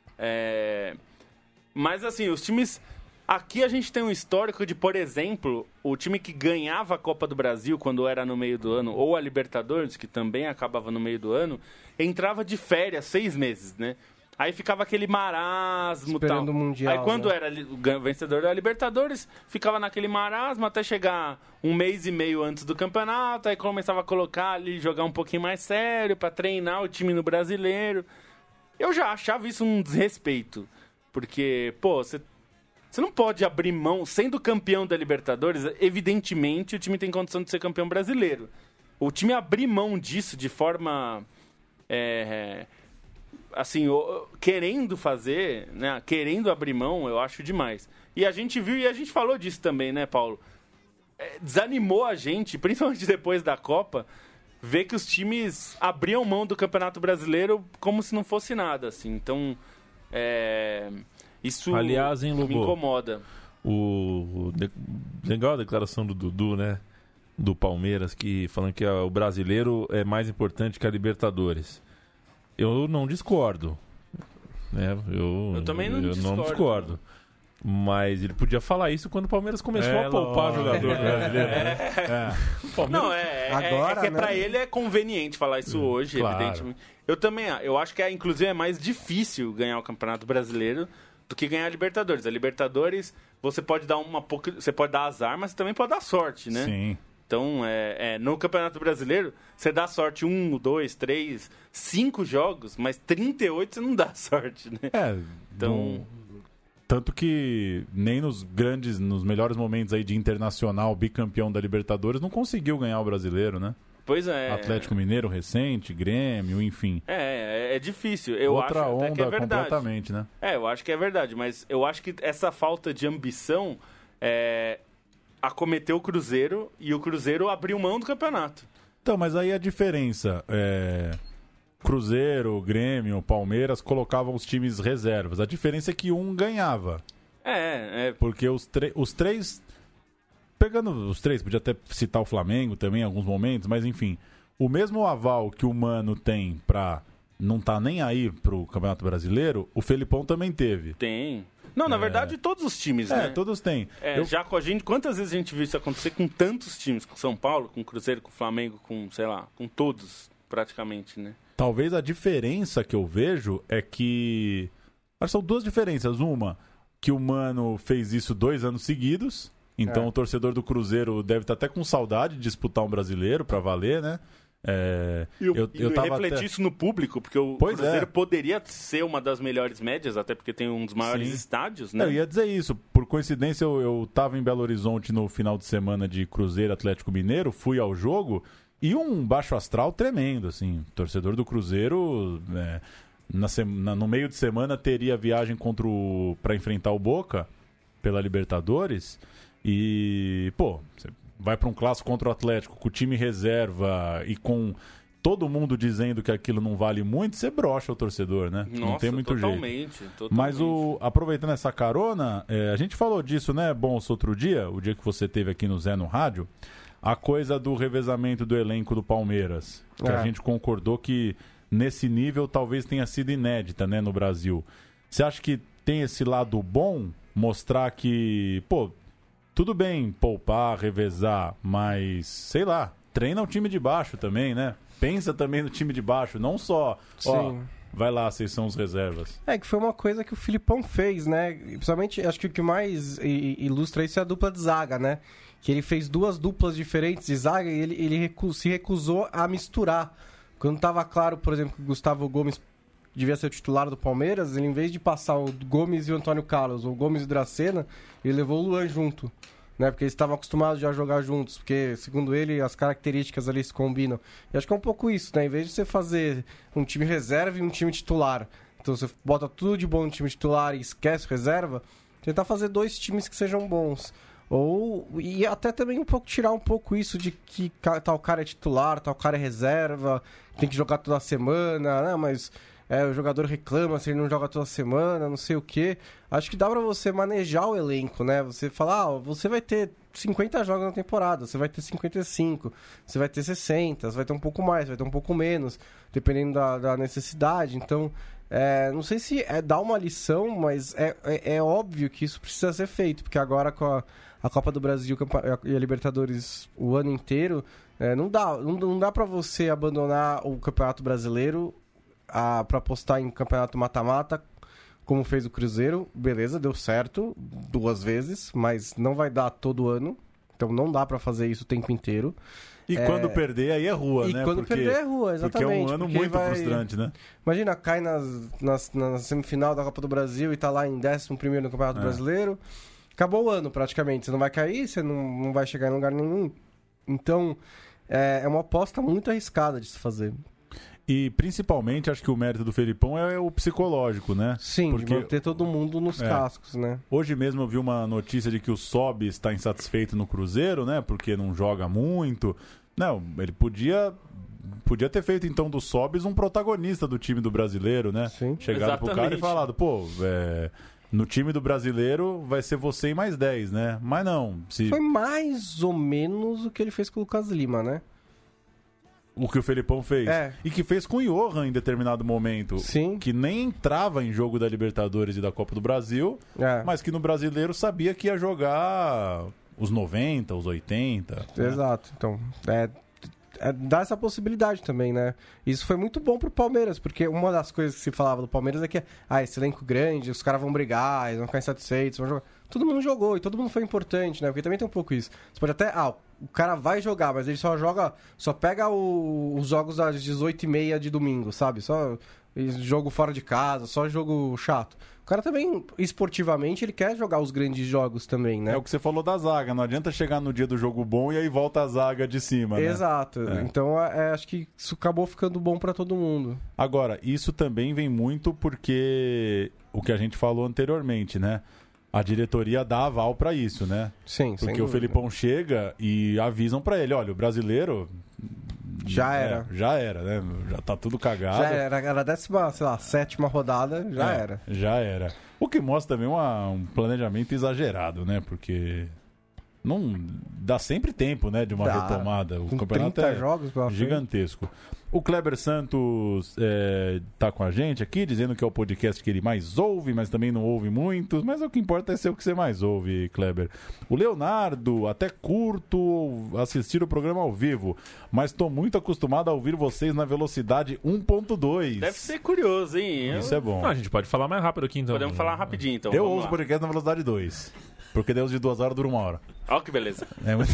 É... Mas assim, os times... Aqui a gente tem um histórico de, por exemplo, o time que ganhava a Copa do Brasil quando era no meio do ano, ou a Libertadores, que também acabava no meio do ano, entrava de férias seis meses, né? Aí ficava aquele marasmo e tal. Esperando o Mundial, Aí quando né? era li- o gan- vencedor da Libertadores, ficava naquele marasmo até chegar um mês e meio antes do campeonato, aí começava a colocar ali, jogar um pouquinho mais sério, pra treinar o time no Brasileiro. Eu já achava isso um desrespeito. Porque, pô, você... Você não pode abrir mão, sendo campeão da Libertadores, evidentemente o time tem condição de ser campeão brasileiro. O time abrir mão disso de forma, é, assim, querendo fazer, né, querendo abrir mão, eu acho demais. E a gente viu, e a gente falou disso também, né, Paulo? É, desanimou a gente, principalmente depois da Copa, ver que os times abriam mão do Campeonato Brasileiro como se não fosse nada, assim. Então, é... Isso Aliás, hein, Lobo, me incomoda. O, o de, legal a declaração do Dudu, né? Do Palmeiras, que falando que a, o brasileiro é mais importante que a Libertadores. Eu não discordo. Né? Eu, eu também não eu discordo. não discordo. Mas ele podia falar isso quando o Palmeiras começou é, a poupar não, jogador é, brasileiro. É, né? é. O Palmeiras... Não, é, Agora, é, é que né? pra ele é conveniente falar isso Hum, hoje, claro. evidentemente. Eu também, eu acho que é, inclusive é mais difícil ganhar o Campeonato Brasileiro do que ganhar a Libertadores. A Libertadores, você pode dar uma pouca, você pode dar azar, mas você também pode dar sorte, né? Sim. Então, é, é, no Campeonato Brasileiro, você dá sorte um, dois, três, cinco jogos, mas trinta e oito você não dá sorte, né? É, Então... no- tanto que nem nos grandes, nos melhores momentos aí de Internacional, bicampeão da Libertadores, não conseguiu ganhar o brasileiro, né? Pois é. Atlético Mineiro recente, Grêmio, enfim. É, é, é difícil. Eu Outra acho até onda que é verdade. completamente, né? É, eu acho que é verdade, mas eu acho que essa falta de ambição é, acometeu o Cruzeiro e o Cruzeiro abriu mão do campeonato. Então, mas aí a diferença é... Cruzeiro, Grêmio, Palmeiras colocavam os times reservas. A diferença é que um ganhava. É, é. Porque os, os três... Pegando os três, podia até citar o Flamengo também em alguns momentos, mas enfim. O mesmo aval que o Mano tem pra não tá nem aí pro Campeonato Brasileiro, o Felipão também teve. Tem. Não, na É. verdade, todos os times, É, né? todos têm. É, Eu- já com a gente, quantas vezes a gente viu isso acontecer com tantos times? Com São Paulo, com Cruzeiro, com Flamengo, com, sei lá, com todos, praticamente, né? Talvez a diferença que eu vejo é que... Acho que são duas diferenças. Uma, que o Mano fez isso dois anos seguidos. Então É. o torcedor do Cruzeiro deve estar até com saudade de disputar um brasileiro pra valer, né? É, E, o, eu, e eu tava refletir até- isso no público, porque o Pois Cruzeiro é. poderia ser uma das melhores médias, até porque tem um dos maiores Sim. estádios, né? Eu ia dizer isso. Por coincidência, eu, eu tava em Belo Horizonte no final de semana de Cruzeiro Atlético Mineiro, fui ao jogo e um baixo astral tremendo, assim. O torcedor do Cruzeiro, é, na sema- no meio de semana, teria viagem contra o, pra enfrentar o Boca pela Libertadores e, pô, você vai pra um clássico contra o Atlético com o time reserva e com todo mundo dizendo que aquilo não vale muito, você brocha o torcedor, né? não Nossa, tem muito jeito. totalmente, totalmente. Mas o, aproveitando essa carona, é, a gente falou disso, né, Bonso, outro dia, o dia que você teve aqui no Zé no rádio, a coisa do revezamento do elenco do Palmeiras, que É. a gente concordou que nesse nível talvez tenha sido inédita, né, no Brasil. Você acha que tem esse lado bom, mostrar que, pô, tudo bem poupar, revezar, mas, sei lá, treina o time de baixo também, né? Pensa também no time de baixo, não só, ó, Sim. vai lá, vocês são os reservas. É, que foi uma coisa que o Filipão fez, né? E, principalmente, acho que o que mais i- ilustra isso é a dupla de zaga, né? Que ele fez duas duplas diferentes de zaga e ele, ele recu- se recusou a misturar. Quando tava claro, por exemplo, que o Gustavo Gomes devia ser o titular do Palmeiras, ele, em vez de passar o Gomes e o Antônio Carlos, ou o Gomes e o Dracena, ele levou o Luan junto. Né, porque eles estavam acostumados já a jogar juntos, porque, segundo ele, as características ali se combinam. E acho que é um pouco isso, né? Em vez de você fazer um time reserva e um time titular, então você bota tudo de bom no time titular e esquece reserva, tentar fazer dois times que sejam bons. Ou, e até também um pouco tirar um pouco isso de que ca- tal cara é titular, tal cara é reserva, tem que jogar toda semana, né? Mas é, o jogador reclama se ele não joga toda semana, não sei o quê. Acho que dá pra você manejar o elenco, né? Você falar, ah, você vai ter cinquenta jogos na temporada, você vai ter cinquenta e cinco, você vai ter sessenta, você vai ter um pouco mais, vai ter um pouco menos, dependendo da, da necessidade. Então, é, não sei se é dar uma lição, mas é, é, é óbvio que isso precisa ser feito, porque agora com a, a Copa do Brasil e a Libertadores o ano inteiro, é, não dá, não, não dá pra você abandonar o Campeonato Brasileiro a, pra apostar em campeonato mata-mata, como fez o Cruzeiro. Beleza, deu certo duas vezes, mas não vai dar todo ano, então não dá pra fazer isso o tempo inteiro. E É, quando perder, aí é rua, e né? quando porque, perder é rua, exatamente. Porque é um ano porque muito vai- frustrante, né? Imagina, cai nas, nas, na semifinal da Copa do Brasil e tá lá em décimo primeiro no Campeonato É. Brasileiro. Acabou o ano, praticamente. Você não vai cair, você não, não vai chegar em lugar nenhum. Então, é, é uma aposta muito arriscada de se fazer. E principalmente, acho que o mérito do Felipão é o psicológico, né? Sim, Porque- de manter todo mundo nos É. cascos, né? Hoje mesmo eu vi uma notícia de que o Sobe está insatisfeito no Cruzeiro, né? Porque não joga muito. Não, ele podia podia ter feito então do Sobis um protagonista do time do brasileiro, né? Sim. Chegado pro cara e Exatamente. falado, pô, é, no time do brasileiro vai ser você e mais dez, né? Mas não, se Foi mais ou menos o que ele fez com o Lucas Lima, né? o que o Felipão fez. É. E que fez com o Johan em determinado momento. Sim. Que nem entrava em jogo da Libertadores e da Copa do Brasil, É. mas que no brasileiro sabia que ia jogar os noventa, os oitenta. né? Exato. Então, é, é, dá essa possibilidade também, né? Isso foi muito bom pro Palmeiras, porque uma das coisas que se falava do Palmeiras é que, ah, esse elenco grande, os caras vão brigar, eles vão ficar insatisfeitos, vão jogar. Todo mundo jogou e todo mundo foi importante, né? Porque também tem um pouco isso. Você pode até, ah, o cara vai jogar, mas ele só joga, só pega o- os jogos às dezoito e meia de domingo, sabe? Só jogo fora de casa, só jogo chato. O cara também, esportivamente, ele quer jogar os grandes jogos também, né? É o que você falou da zaga. Não adianta chegar no dia do jogo bom e aí volta a zaga de cima, né? Exato. É. Então, é, acho que isso acabou ficando bom pra todo mundo. Agora, isso também vem muito porque o que a gente falou anteriormente, né? A diretoria dá aval pra isso, né? Sim, sem Porque o dúvida. Felipão chega e avisam pra ele, olha, o brasileiro Já é, era. já era, né? Já tá tudo cagado. Já era, era a décima, sei lá, sétima rodada, já É, era. Já era. O que mostra também uma- um planejamento exagerado, né? Porque não dá sempre tempo, né, de uma Dá. retomada. O Com campeonato trinta é jogos pela frente. gigantesco. O Kleber Santos é, tá com a gente aqui, dizendo que é o podcast que ele mais ouve, mas também não ouve muitos. Mas o que importa é ser o que você mais ouve, Kleber. O Leonardo, até curto assistir o programa ao vivo, mas tô muito acostumado a ouvir vocês na velocidade um ponto dois. Deve ser curioso, hein? Isso é bom. Não, a gente pode falar mais rápido aqui, então. Podemos falar rapidinho, então. Eu vamos ouço o lá. podcast na velocidade dois. Porque Deus de duas horas dura uma hora. Olha que beleza. É muito...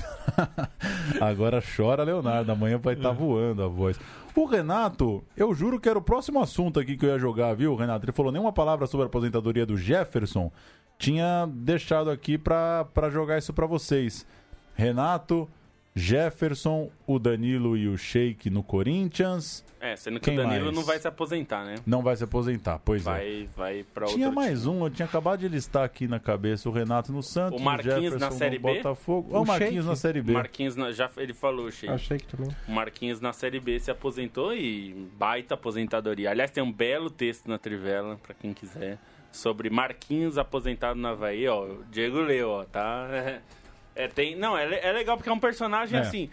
Agora chora, Leonardo. Amanhã vai estar voando a voz. O Renato, eu juro que era o próximo assunto aqui que eu ia jogar, viu, Renato? Ele falou nenhuma palavra sobre a aposentadoria do Jefferson. Tinha deixado aqui pra, pra jogar isso pra vocês. Renato, Jefferson, o Danilo e o Sheik no Corinthians. É, sendo que Quem o Danilo mais? não vai se aposentar, né? Não vai se aposentar, pois é. Vai, vai pra outro Tinha mais time. um, eu tinha acabado de listar aqui na cabeça o Renato no Santos, O Marquinhos Jefferson na Série no B? Botafogo. Ah, o O Marquinhos Sheik? na Série B. Marquinhos, na- já ele falou, Sheik. Achei que também. O Marquinhos na Série B se aposentou e baita aposentadoria. Aliás, tem um belo texto na Trivela, pra quem quiser, sobre Marquinhos aposentado no Havaí. Ó, o Diego leu, ó, tá? É, tem, não, é, le- é legal porque é um personagem É. assim.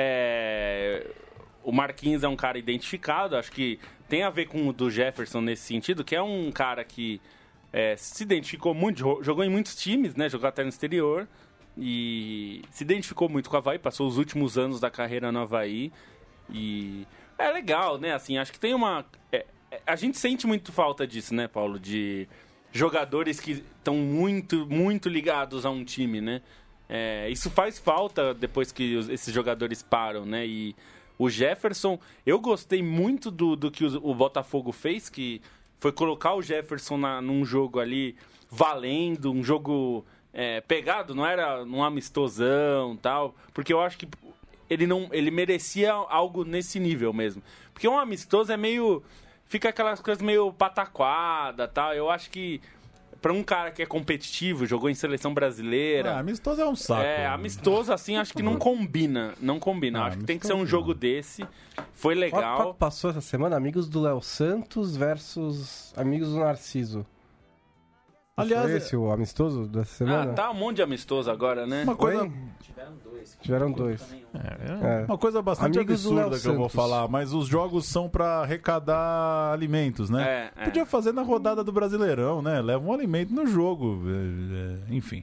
é, o Marquinhos é um cara identificado, acho que tem a ver com o do Jefferson nesse sentido, que é um cara que é, se identificou muito, jo- jogou em muitos times, né? Jogou até no exterior. E se identificou muito com o Havaí, passou os últimos anos da carreira no Havaí. E é legal, né? Assim, acho que tem uma. é- é- a gente sente muito falta disso, né, Paulo? De jogadores que estão muito, muito ligados a um time, né? É, isso faz falta depois que os- esses jogadores param, né? E o Jefferson, eu gostei muito do, do que o, o Botafogo fez, que foi colocar o Jefferson na, num jogo ali valendo, um jogo é, pegado, não era um amistosão tal, porque eu acho que ele não ele merecia algo nesse nível mesmo. Porque um amistoso é meio. Fica aquelas coisas meio pataquada tal. Eu acho que pra um cara que é competitivo, jogou em seleção brasileira. Ah, amistoso é um saco. É, amistoso assim, acho que não combina. Não combina. Ah, acho que tem que ser um amistoso jogo desse. Foi Qual, qual legal. que passou essa semana? Amigos do Léo Santos versus Amigos do Narciso. Não Aliás, foi esse o amistoso dessa semana? Ah, tá um monte de amistoso agora, né? Uma coisa, Oi? Tiveram dois. Tiveram dois. Também um. É, É. uma coisa bastante Amigos do absurda Léo que eu vou Santos. falar, mas os jogos são pra arrecadar alimentos, né? É, é. Podia fazer na rodada do Brasileirão, né? Leva um alimento no jogo. é, é, enfim.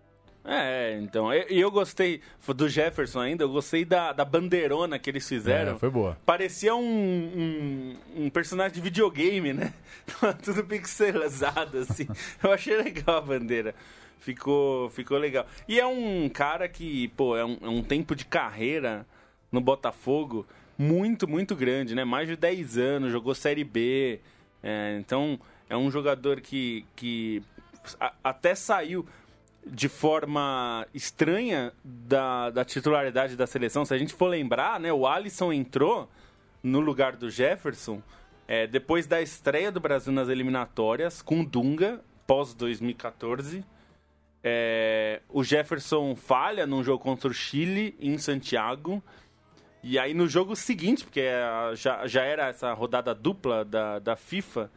É, então. E eu, eu gostei do Jefferson ainda, eu gostei da, da bandeirona que eles fizeram. É, foi boa. Parecia um, um, um personagem de videogame, né? Tava tudo pixelizado, assim. Eu achei legal a bandeira. Ficou, ficou legal. E é um cara que, pô, é um, é um tempo de carreira no Botafogo muito, muito grande, né? Mais de dez anos, jogou Série B. É, então, é um jogador que, que a, até saiu de forma estranha da, da titularidade da seleção. Se a gente for lembrar, né, o Alisson entrou no lugar do Jefferson é, depois da estreia do Brasil nas eliminatórias com o Dunga, pós dois mil e catorze. É, o Jefferson falha num jogo contra o Chile, em Santiago. E aí no jogo seguinte, porque já, já era essa rodada dupla da, da FIFA,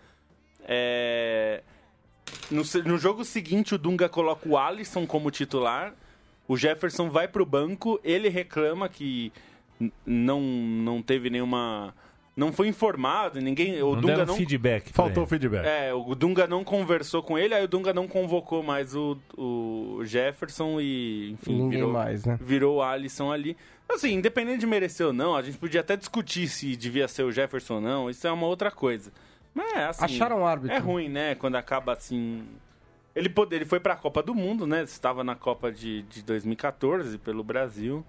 é, no, no jogo seguinte o Dunga coloca o Alisson como titular, o Jefferson vai pro banco, ele reclama que n- não, não teve nenhuma... Não foi informado, ninguém... O Não Dunga deram não feedback. pra Faltou ele. feedback. É, o Dunga não conversou com ele, aí o Dunga não convocou mais o, o Jefferson e, enfim, Ninguém virou, mais, né? virou o Alisson ali. Assim, independente de merecer ou não, a gente podia até discutir se devia ser o Jefferson ou não, isso é uma outra coisa. Mas, assim... Acharam um árbitro. É ruim, né, quando acaba assim... Ele, pode, ele foi pra Copa do Mundo, né, estava na Copa de, de dois mil e catorze pelo Brasil...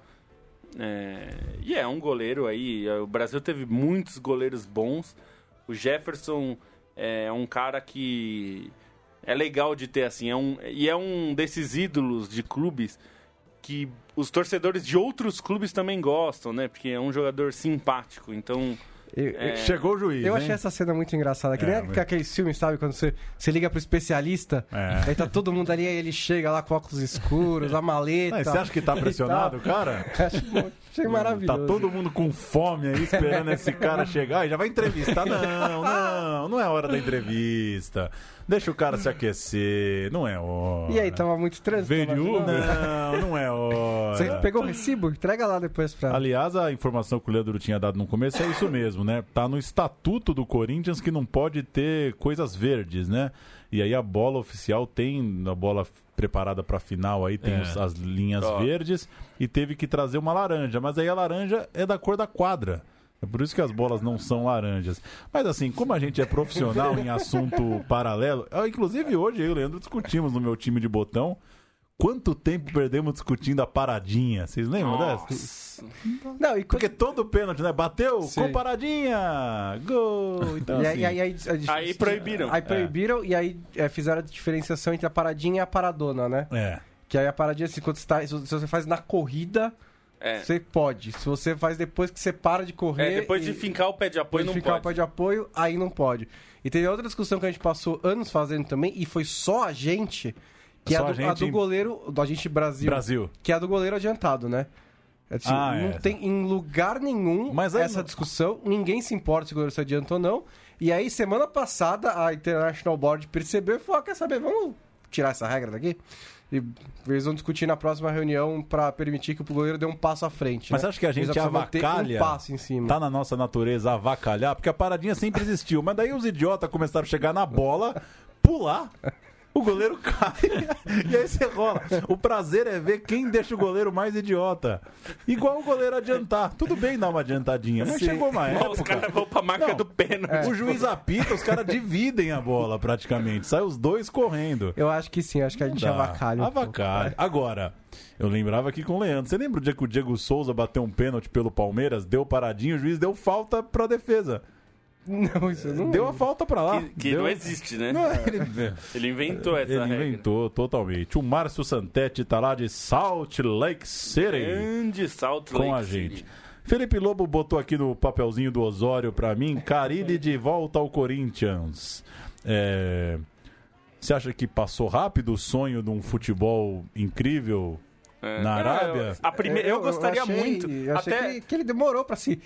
É, e é um goleiro aí. O Brasil teve muitos goleiros bons. O Jefferson é um cara que é legal de ter assim. É um, e é um desses ídolos de clubes que os torcedores de outros clubes também gostam, né? Porque é um jogador simpático. Então. Eu, É, Chegou o juiz, eu hein? achei essa cena muito engraçada. Que É, nem mas- aqueles filmes, sabe? Quando você, você liga pro especialista, É. aí tá todo mundo ali, aí ele chega lá com óculos escuros, a maleta. Não, você acha que tá pressionado, e cara? tal. Acho- Achei maravilhoso. Tá todo mundo com fome aí, esperando esse cara chegar e já vai entrevistar. Não, não, não é hora da entrevista. Deixa o cara se aquecer, não é hora. E aí, tava muito trânsito? Veio de tava- Uber? Não, não é hora. Você pegou o recibo? Entrega lá depois pra... Aliás, a informação que o Leandro tinha dado no começo é isso mesmo, né? Tá no estatuto do Corinthians que não pode ter coisas verdes, né? E aí a bola oficial tem, a bola preparada pra final aí, tem É. os- as linhas Ó. verdes e teve que trazer uma laranja. Mas aí a laranja é da cor da quadra. É por isso que as bolas não são laranjas. Mas assim, como a gente é profissional em assunto paralelo... ah, inclusive hoje eu e o Leandro discutimos no meu time de botão quanto tempo perdemos discutindo a paradinha. Vocês lembram dessa? Nossa. Não, e Porque todo pênalti, né? Bateu, Sim. com paradinha, gol. Então, E assim, aí, aí, aí, aí- Aí proibiram. Aí proibiram e aí é, fizeram a diferenciação entre a paradinha e a paradona, né? é. Que aí a paradinha, assim, quando você tá, se você faz na corrida, É. você pode. Se você faz depois que você para de correr... É, depois de e- fincar o pé de apoio, depois não de ficar pode. o pé de apoio, aí não pode. E teve outra discussão que a gente passou anos fazendo também, e foi só a gente, que Só é a a do, a gente do em- goleiro, do agente Brasil, Brasil. que é a do goleiro adiantado, né? É assim, Ah, não é. tem em lugar nenhum Mas aí essa não- discussão, ninguém se importa se o goleiro se adianta ou não. E aí, semana passada, a International Board percebeu e falou: ah, quer saber, vamos tirar essa regra daqui? E eles vão discutir na próxima reunião pra permitir que o goleiro dê um passo à frente. Mas né? acho que a Eles gente precisavam ter avacalha. um passo em cima. Tá na nossa natureza avacalhar, porque a paradinha sempre existiu. Mas daí os idiotas começaram a chegar na bola, pular. O goleiro cai e aí você rola. O prazer é ver quem deixa o goleiro mais idiota. Igual o goleiro adiantar. Tudo bem dar uma adiantadinha, mas Sim. chegou uma Ó, os época. caras vão pra marca Não. do pênalti. O juiz apita, os caras dividem a bola praticamente. Sai os dois correndo. Eu acho que sim, acho que a gente Dá. avacalha. um pouco. Avacalha. Agora, eu lembrava aqui com o Leandro. Você lembra o dia que o Diego Souza bateu um pênalti pelo Palmeiras, deu paradinho, o juiz deu falta pra defesa. Não, isso eu não Deu a falta pra lá. Que, que Deu- não existe, né? Não, ele... Ele inventou essa Ele regra. inventou totalmente. O Márcio Santetti tá lá de Salt Lake City Grande salto com Lake a City. gente. Felipe Lobo botou aqui no papelzinho do Osório pra mim, Carille de volta ao Corinthians. É... Você acha que passou rápido o sonho de um futebol incrível É. na É, Arábia? eu, a primeira, eu, gostaria achei- muito. Eu achei até que, que ele demorou pra se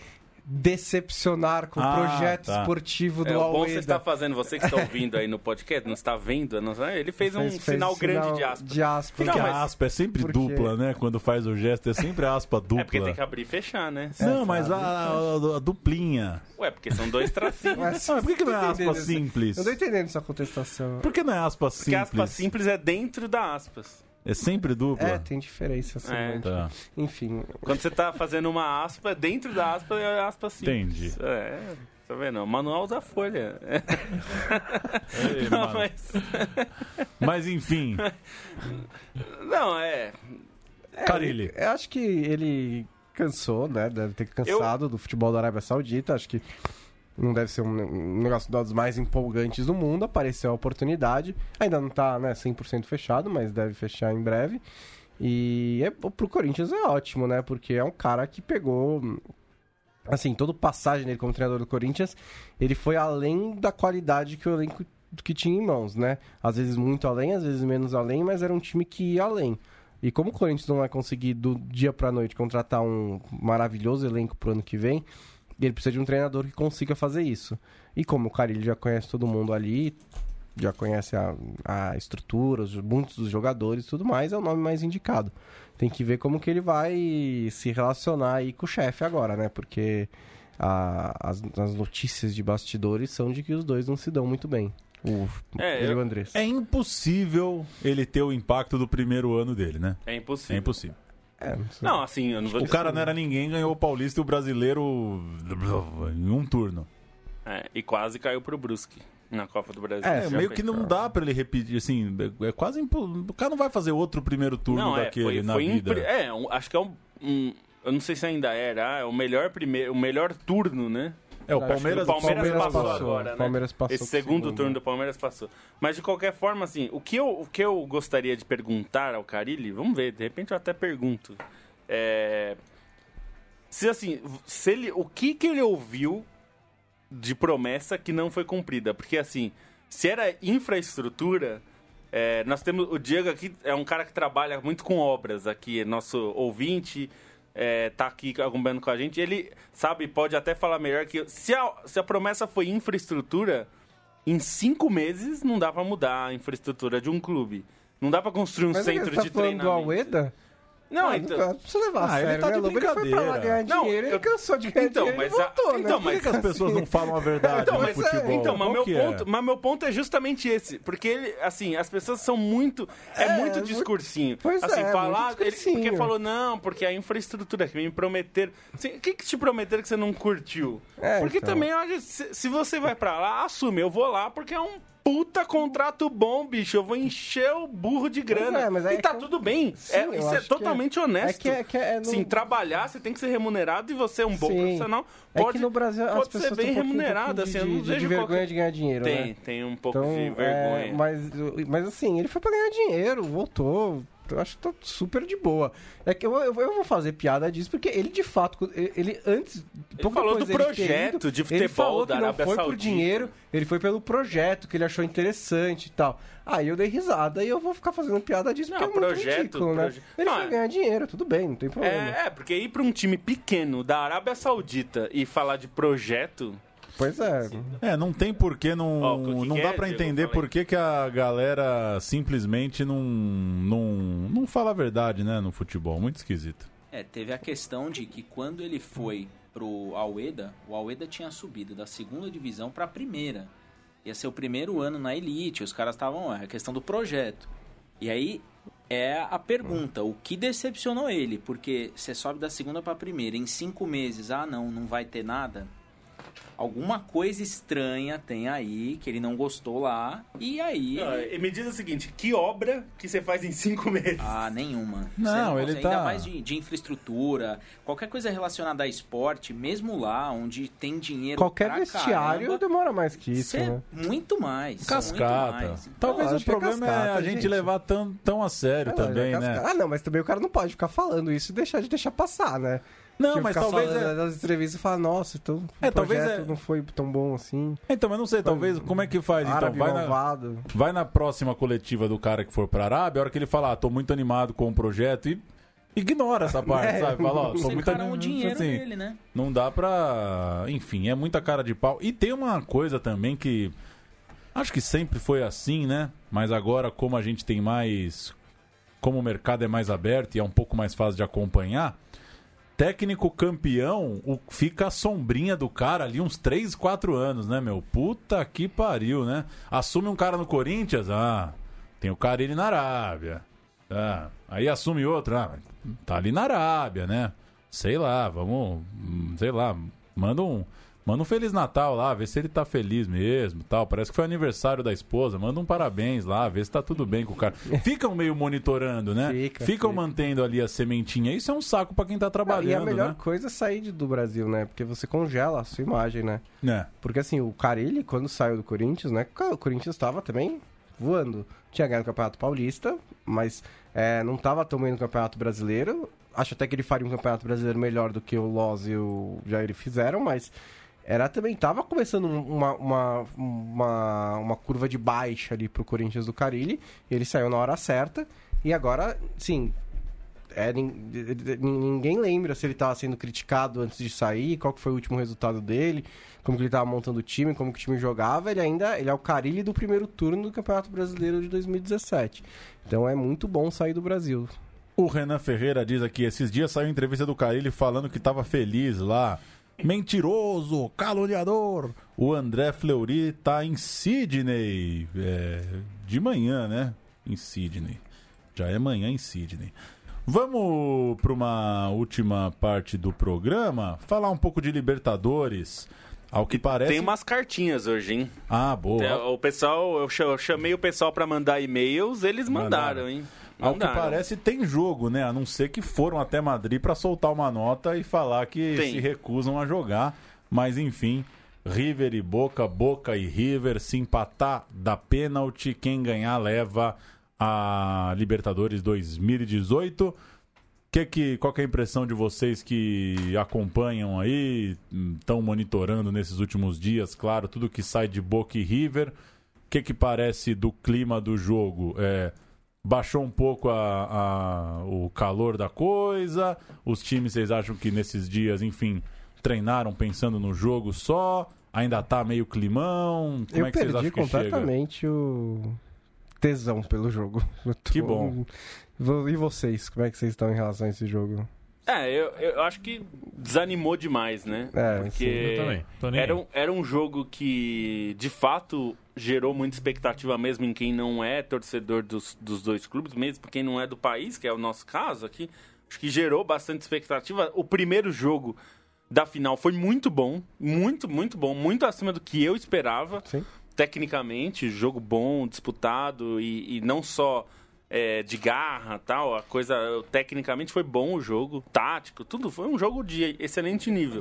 decepcionar com Ah, o projeto tá. esportivo do é, o bom Almeida. você está fazendo, você que está ouvindo aí no podcast, não está vendo, não sabe? Ele fez, um sinal grande de aspas. De aspas. Porque Não, a mas- aspa é sempre Por quê? dupla, né? Quando faz o gesto, é sempre aspa dupla. É porque tem que abrir e fechar, né? Não, mas a, a- a duplinha. Ué, porque são dois tracinhos. Mas- Ah, por que, que não é Tô aspa entendendo essa- simples? Eu tô entendendo essa contestação. Por que não é aspa Porque simples? aspas simples é dentro da aspas. É sempre dupla? É, tem diferença. Assim, É. né? Tá, Enfim. Quando você tá fazendo uma aspa, dentro da aspa é aspa simples. entendi. É, tá vendo? O manual da folha. Ei, Não, mano. mas... Mas enfim, Não, é... Carille. Eu acho que ele cansou, né? Deve ter cansado Eu... do futebol da Arábia Saudita. Acho que não deve ser um negócio dos mais empolgantes do mundo. Apareceu a oportunidade. Ainda não tá, né, cem por cento fechado, mas deve fechar em breve. E é, pro Corinthians é ótimo, né? Porque é um cara que pegou... Assim, toda passagem dele como treinador do Corinthians, ele foi além da qualidade que o elenco que tinha em mãos, né? Às vezes muito além, às vezes menos além, mas era um time que ia além. E como o Corinthians não vai conseguir do dia pra noite contratar um maravilhoso elenco pro ano que vem, ele precisa de um treinador que consiga fazer isso. E como o Carille já conhece todo mundo ali, já conhece a, a estrutura, os, muitos dos jogadores e tudo mais, é o nome mais indicado. Tem que ver como que ele vai se relacionar aí com o chefe agora, né? Porque a, as, as notícias de bastidores são de que os dois não se dão muito bem. O, é, ele eu... e o Andrés. É impossível ele ter o impacto do primeiro ano dele, né? É impossível. É impossível. É, não, não, assim, eu não vou O cara não era ninguém, ganhou o Paulista e o Brasileiro em um turno. É, e quase caiu pro Brusque na Copa do Brasil. É, meio que não dá pra ele repetir, assim, é quase impo... o cara não vai fazer outro primeiro turno não, daquele é, foi, na foi vida. Impre... É, um, acho que é um, um, eu não sei se ainda era, é o melhor primeiro, o melhor turno, né? É, o Palmeiras, o Palmeiras, Palmeiras passou, passou agora, né? Palmeiras passou Esse segundo, segundo turno do Palmeiras passou. Mas de qualquer forma, assim, o que eu, o que eu gostaria de perguntar ao Carille, vamos ver, de repente eu até pergunto. É... Se assim, se ele, o que que ele ouviu de promessa que não foi cumprida? Porque assim, se era infraestrutura, é, nós temos o Diego aqui, é um cara que trabalha muito com obras aqui, é nosso ouvinte, é, tá aqui acompanhando com a gente, ele sabe, pode até falar melhor que se a, se a promessa foi infraestrutura, em cinco meses não dá pra mudar a infraestrutura de um clube. Não dá pra construir um Mas centro ele tá de falando treinamento. do Almeida? Não, ah, então... Não precisa levar a ah, sério, ele tá né, de Lobo? Ele foi pra lá ganhar não, dinheiro, eu... ele cansou de ganhar então, dinheiro mas e voltou, a... né? Então, mas por que, que as pessoas não falam a verdade então, no mas, futebol? Então, mas meu, é? ponto, mas meu ponto é justamente esse. Porque, ele, assim, as pessoas são muito... É, é muito discursinho. Pois assim, é, falar... muito Ele, discursinho. porque falou, não, porque a infraestrutura que me prometeram... Assim, o que que te prometeram que você não curtiu? É, porque então. também, olha, se, se você vai pra lá, assume. Eu vou lá porque é um... Puta contrato bom, bicho. Eu vou encher o burro de grana. É, mas e é tá que... tudo bem. Sim, é, isso é totalmente é... honesto. É que é, que é no... Sim, trabalhar, você tem que ser remunerado e você é um bom Sim. profissional. É Pode, que no Brasil pode as pessoas ser bem têm um remunerado. de, Assim, eu de, não de, vejo de vergonha qualquer... de ganhar dinheiro, Tem, né? tem um pouco então, de vergonha. É, mas, mas assim, ele foi pra ganhar dinheiro, voltou. Eu acho que tá super de boa. É que eu, eu, eu vou fazer piada disso, porque ele de fato, ele, ele antes... Ele falou do projeto de futebol ele falou da que não Arábia foi Saudita. por dinheiro, ele foi pelo projeto, que ele achou interessante e tal. Aí eu dei risada e eu vou ficar fazendo piada disso, Não, porque é muito projeto, ridículo, né? proje... Ele não, foi é... ganhar dinheiro, tudo bem, não tem problema. É, é, porque ir pra um time pequeno da Arábia Saudita e falar de projeto... Pois é. É, não tem porquê, não, Ó, o que não que dá é, pra Diego? entender por que que a galera simplesmente não, não, não fala a verdade, né, no futebol. Muito esquisito. É, teve a questão de que quando ele foi pro Al-Weda, o Al-Weda tinha subido da segunda divisão pra primeira. Ia ser o primeiro ano na elite, os caras estavam, é a questão do projeto. E aí é a pergunta, o que decepcionou ele? Porque você sobe da segunda pra primeira, em cinco meses, ah não, não vai ter nada... Alguma coisa estranha tem aí, que ele não gostou lá, e aí... Não, ele... Me diz o seguinte, que obra que você faz em cinco meses? Ah, nenhuma. Não, Você não ele consegue, tá... Ainda mais de, de infraestrutura, qualquer coisa relacionada a esporte, mesmo lá, onde tem dinheiro Qualquer pra vestiário caramba, demora mais que isso, cê- né? Muito mais. Cascata. Muito mais. Talvez Não, o acho que é problema é, cascata, a gente, gente. levar tão, tão a sério É, também, já né? casca- Ah, não, mas também o cara não pode ficar falando isso e deixar de deixar passar, né? Não, Tipo, mas ficar talvez falando é... nas entrevistas e falar, nossa, então É, o talvez projeto é- não foi tão bom assim. Então, mas não sei, talvez, como é que faz? Então, Árabe vai na, malvado. vai na próxima coletiva do cara que for pra Arábia, a hora que ele falar, ah, tô muito animado com o projeto, e ignora essa parte, É, sabe? Fala, ó, tô muito Secaram o animado, dinheiro assim, dele, né? não dá pra... Enfim, é muita cara de pau. E tem uma coisa também que... Acho que sempre foi assim, né? Mas agora, como a gente tem mais... Como o mercado é mais aberto e é um pouco mais fácil de acompanhar... Técnico campeão, o, fica a sombrinha do cara ali uns três, quatro anos, né, meu? Puta que pariu, né? Assume um cara no Corinthians, ah, tem o Carille na Arábia. Ah, aí assume outro, ah, tá ali na Arábia, né? Sei lá, vamos, sei lá, manda um... Manda um Feliz Natal lá, vê se ele tá feliz mesmo, tal. Parece que foi aniversário da esposa, manda um parabéns lá, vê se tá tudo bem com o cara. Ficam meio monitorando, né? Fica, Ficam fica. mantendo ali a sementinha. Isso é um saco pra quem tá trabalhando, E a melhor né? coisa é sair de- do Brasil, né? Porque você congela a sua imagem, né? É. Porque assim, o Carille, quando saiu do Corinthians, né? O Corinthians estava também voando. Tinha ganhado o Campeonato Paulista, mas é, não estava tão bem no Campeonato Brasileiro. Acho até que ele faria um Campeonato Brasileiro melhor do que o Loz e o Jair fizeram, mas era também, tava começando uma, uma, uma, uma curva de baixa ali pro Corinthians do Carille. Ele saiu na hora certa. E agora, sim, é, nin- ninguém lembra se ele estava sendo criticado antes de sair, qual que foi o último resultado dele, como que ele estava montando o time, como que o time jogava. Ele ainda ele é o Carille do primeiro turno do Campeonato Brasileiro de dois mil e dezessete. Então é muito bom sair do Brasil. O Renan Ferreira diz aqui, esses dias saiu entrevista do Carille falando que tava feliz lá. Mentiroso, caluniador. O André Fleury tá em Sydney. É, de manhã, né? Em Sydney. Já é manhã em Sydney. Vamos para uma última parte do programa. Falar um pouco de Libertadores. Ao que parece... Tem umas cartinhas hoje, hein? Ah, boa. É, o pessoal, eu cha- eu chamei o pessoal pra mandar e-mails, eles mandaram, Mandaram. hein? Ao que Mandaram. parece, tem jogo, né? A não ser que foram até Madrid para soltar uma nota e falar que Tem. se recusam a jogar. Mas, enfim, River e Boca, Boca e River, se empatar dá pênalti. Quem ganhar leva a Libertadores dois mil e dezoito. Que que, qual que é a impressão de vocês que acompanham aí, estão monitorando nesses últimos dias, claro, tudo que sai de Boca e River? O que que parece do clima do jogo? É... Baixou um pouco a, a- o calor da coisa? Os times, vocês acham que nesses dias, enfim, treinaram pensando no jogo só? Ainda tá meio climão? Como Eu é que vocês perdi acham que chega? completamente o tesão pelo jogo. Eu tô- Que bom. E vocês? Como é que vocês estão em relação a esse jogo? É, eu, eu acho que desanimou demais, né? É, Porque sim, eu também. Tô nem era, aí. um, era um jogo que, de fato, gerou muita expectativa mesmo em quem não é torcedor dos, dos dois clubes, mesmo quem não é do país, que é o nosso caso aqui. Acho que gerou bastante expectativa. O primeiro jogo da final foi muito bom, muito, muito bom, muito acima do que eu esperava. Sim. Tecnicamente, jogo bom, disputado e, e não só é, de garra, tal, a coisa tecnicamente foi bom o jogo, tático, tudo foi um jogo de excelente nível.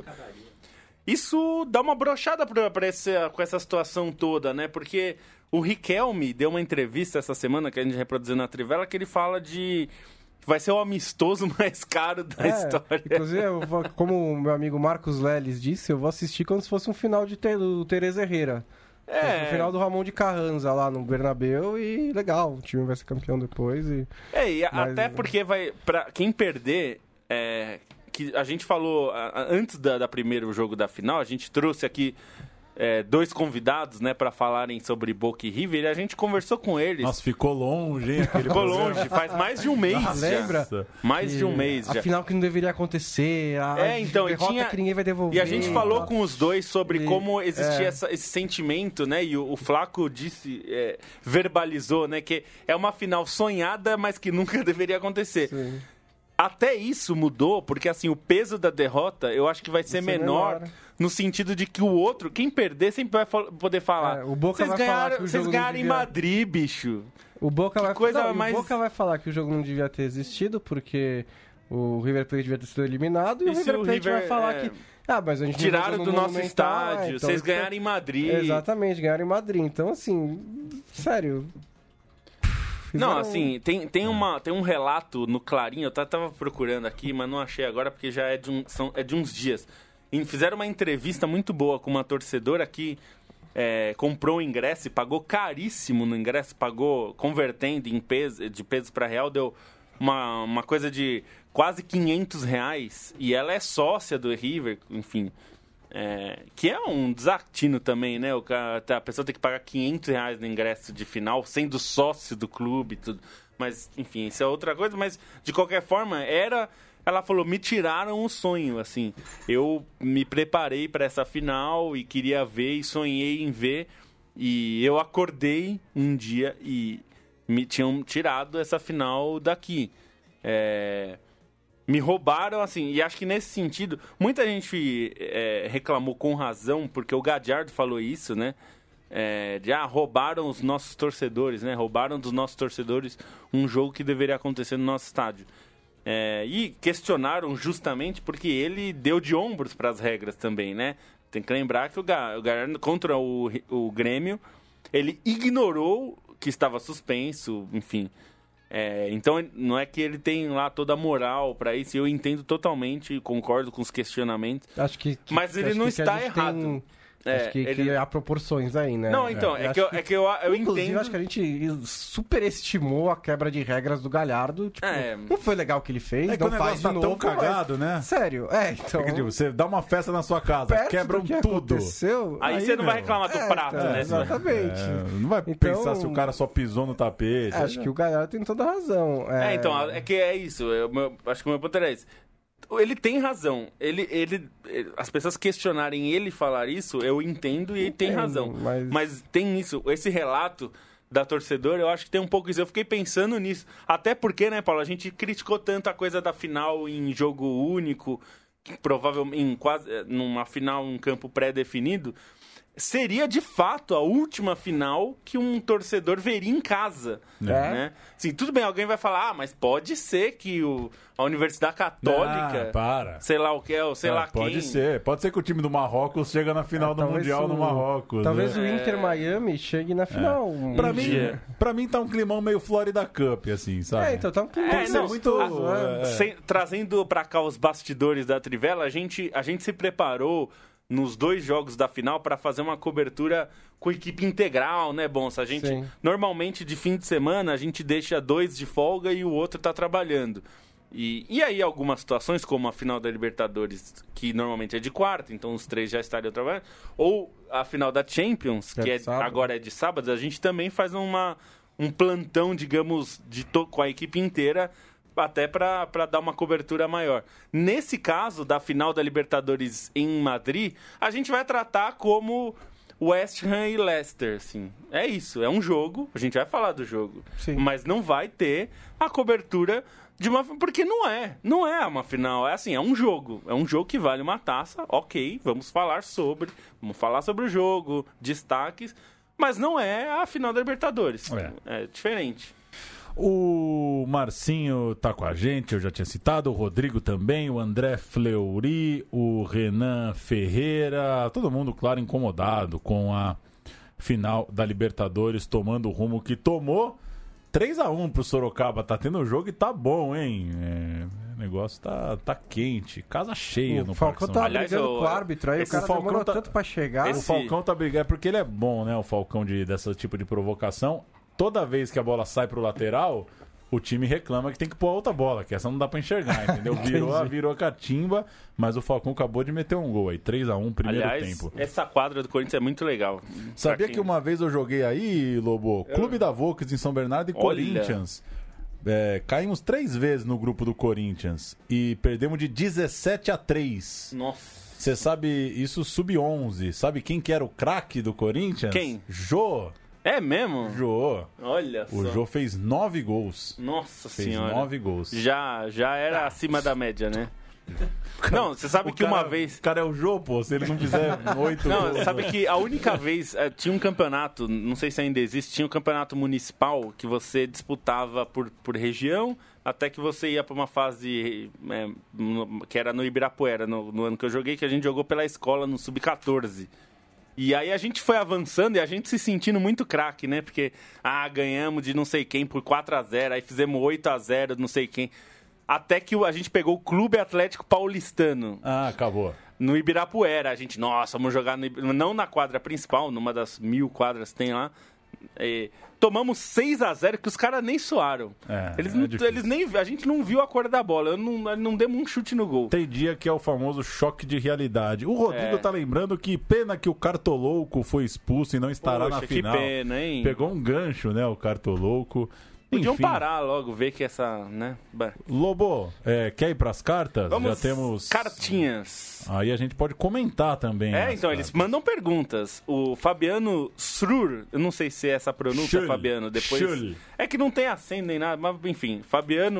Isso dá uma brochada pra, pra essa, com essa situação toda, né? Porque o Riquelme deu uma entrevista essa semana que a gente reproduziu na Trivela que ele fala de que vai ser o amistoso mais caro da É, história. Inclusive, eu vou- como o meu amigo Marcos Leles disse, eu vou assistir como se fosse um final de te, do Tereza Herrera. É. O final do Ramon de Carranza lá no Bernabéu e legal, o time vai ser campeão depois e... É, e a- Mas- até porque vai. Pra quem perder. É, que a gente falou a- a- antes da, da primeiro jogo da final, a gente trouxe aqui é, dois convidados, né, pra falarem sobre Boca e River e a gente conversou com eles. Nossa, ficou longe, hein? Aquele Ficou programa. longe, faz mais de um mês. Ah, já. lembra? Mais que de um mês a já. final que não deveria acontecer, a É, então, e derrota tinha- que ninguém vai devolver. E a gente falou tá? com os dois sobre E- como existia é. essa- esse sentimento, né? E o, o Flaco disse, é, verbalizou, né? Que é uma final sonhada, mas que nunca deveria acontecer. Sim. Até isso mudou, porque assim, o peso da derrota eu acho que vai ser, ser menor, menor. no sentido de que o outro, quem perder, sempre vai fal- poder falar. É, o Boca vocês vai falar ganharam, que o vocês jogo não ganharam em devia- Madrid, bicho. O Boca Que vai coisa não, e mais- o Boca vai falar que o jogo não devia ter existido porque o River Plate devia ter sido eliminado e, E o se River o Plate River, vai falar é, que ah, mas a gente não Tiraram jogou do no nosso Monumental, é, estádio, então vocês eles- ganharam em Madrid. Exatamente, ganharam em Madrid. Então assim, sério. Não, fizeram- assim, tem, tem, uma, tem um relato no Clarim, eu ta- tava procurando aqui, mas não achei agora porque já é de, um, são, é de uns dias. E fizeram uma entrevista muito boa com uma torcedora que é, comprou o ingresso e pagou caríssimo no ingresso, pagou convertendo em peso, de pesos para real, deu uma, uma coisa de quase quinhentos reais. E ela é sócia do River, enfim. É, que é um desatino também, né? O cara, a pessoa tem que pagar quinhentos reais no ingresso de final, sendo sócio do clube e tudo. Mas, enfim, isso é outra coisa. Mas, de qualquer forma, era... Ela falou, me tiraram o sonho, assim. Eu me preparei para essa final e queria ver e sonhei em ver. E eu acordei um dia e me tinham tirado essa final daqui. É... Me roubaram, assim, e acho que nesse sentido, muita gente é, reclamou com razão, porque o Gadiardo falou isso, né? É, de, ah, roubaram os nossos torcedores, né? Roubaram dos nossos torcedores um jogo que deveria acontecer no nosso estádio. É, e questionaram justamente porque ele deu de ombros para as regras também, né? Tem que lembrar que o Gadiardo, contra o, o Grêmio, ele ignorou que estava suspenso, enfim... É, então, não é que ele tem lá toda a moral para isso, eu entendo totalmente, concordo com os questionamentos, acho que, que, mas ele acho não que está que errado. Tem... É, acho que, ele... que há proporções aí, né? Não, então, é, é, que, eu, que... é que eu, eu Inclusive, entendo... acho que a gente superestimou a quebra de regras do Galhardo. Tipo, é... não foi legal o que ele fez, é que não o negócio faz de tá novo, tão cagado, mas... né? Sério, é, então... É que, tipo, você dá uma festa na sua casa, perto quebram do que tudo. Aconteceu, aí, aí você não meu... vai reclamar do é, prato, então, né? Exatamente. É, não vai então, pensar se o cara só pisou no tapete. Acho que o Galhardo tem toda a razão. É, É, então, é que é isso, eu, meu, acho que o meu ponto era esse. Ele tem razão. Ele, ele, as pessoas questionarem ele falar isso, eu entendo e ele tem Entendo, razão. mas... mas tem isso, esse relato da torcedora, eu acho que tem um pouco isso. Eu fiquei pensando nisso. Até porque, né, Paulo, a gente criticou tanto a coisa da final em jogo único, que provavelmente em quase numa final em campo pré-definido. Seria, de fato, a última final que um torcedor veria em casa. É. Né? Assim, tudo bem, alguém vai falar, ah, mas pode ser que o, a Universidade Católica, Ah, para. sei lá o que é, ou sei Ah, lá pode quem... ser. Pode ser que o time do Marrocos chega na final É, do talvez Mundial o- no Marrocos. Talvez né? o Inter Miami chegue na final. um Pra mim, dia. pra mim tá um climão meio Florida Cup, assim, sabe? É, então tá um clima É, não, muito- a- é. sem- trazendo pra cá os bastidores da Trivela, a gente, a gente se preparou nos dois jogos da final para fazer uma cobertura com equipe integral, né, Bonsa? A gente, Sim. normalmente, de fim de semana, a gente deixa dois de folga e o outro tá trabalhando. E, e aí, algumas situações, como a final da Libertadores, que normalmente é de quarta, então os três já estariam trabalhando, ou a final da Champions, É que de é, sábado. agora é de sábado, a gente também faz uma, um plantão, digamos, de to- com a equipe inteira, até para dar uma cobertura maior. Nesse caso, da final da Libertadores em Madrid, a gente vai tratar como West Ham e Leicester, assim. É isso, é um jogo, a gente vai falar do jogo, Sim. mas não vai ter a cobertura de uma... Porque não é, não é uma final, é assim, é um jogo, é um jogo que vale uma taça, ok, vamos falar sobre, vamos falar sobre o jogo, destaques, mas não é a final da Libertadores, É. é diferente. O Marcinho tá com a gente, eu já tinha citado, o Rodrigo também, o André Fleury, o Renan Ferreira, todo mundo, claro, incomodado com a final da Libertadores tomando o rumo que tomou. três a um pro Sorocaba, tá tendo jogo e tá bom, hein? É, o negócio tá, tá quente, casa cheia O no Falcão Parque tá São Aliás, brigando o- com o árbitro, aí o esse cara Falcão demorou tá- tanto pra chegar. O Esse- Falcão tá brigando, é porque ele é bom, né? O Falcão de, dessa tipo de provocação. Toda vez que a bola sai pro lateral, o time reclama que tem que pôr a outra bola, que essa não dá pra enxergar, entendeu? Virou, a- virou a catimba, mas o Falcão acabou de meter um gol aí, três a um, primeiro Aliás, tempo. essa quadra do Corinthians é muito legal. Sabia Pra quem- que uma vez eu joguei aí, Lobo, Clube da Volks em São Bernardo e Olha. Corinthians. É, caímos três vezes no grupo do Corinthians e perdemos de dezessete a três. Nossa. Você sabe, isso sub onze. Sabe quem que era o craque do Corinthians? Quem? Jô. É mesmo? Jô. Olha só. O Jô fez nove gols. Nossa Fez senhora. nove gols. Já, já era acima da média, né? Não, você sabe O que cara- uma vez... O cara é o Jô, pô. Se ele não fizer oito Não, gols... sabe que a única vez eh, tinha um campeonato, não sei se ainda existe, tinha um campeonato municipal que você disputava por, por região, até que você ia para uma fase eh, no- que era no Ibirapuera, no, no ano que eu joguei, que a gente jogou pela escola no sub quatorze. E aí a gente foi avançando e a gente se sentindo muito craque, né? Porque, ah, ganhamos de não sei quem por quatro a zero, aí fizemos oito a zero, não sei quem. Até que o- a gente pegou o Clube Atlético Paulistano. Ah, acabou. No Ibirapuera, a gente, nossa, vamos jogar no, Ibi- não na quadra principal, numa das mil quadras que tem lá. É, tomamos seis a zero que os caras nem suaram. É, eles, é não, difícil. eles nem, a gente não viu a cor da bola, eu não, não demos um chute no gol. Tem dia que é o famoso choque de realidade. O Rodrigo É. tá lembrando que pena que o Cartolouco foi expulso e não estará Poxa, na que final. pena, hein? Pegou um gancho, né, o Cartolouco. Podiam Enfim, parar logo, ver que essa, né? Bah. Lobo, é, quer ir pras cartas? Vamos, Já temos... cartinhas. Aí a gente pode comentar também. É, as então, eles cartas. mandam perguntas. O Fabiano Srur, eu não sei se é essa pronúncia, Schul. Fabiano, depois... Schul. É que não tem acento nem nada, mas enfim, Fabiano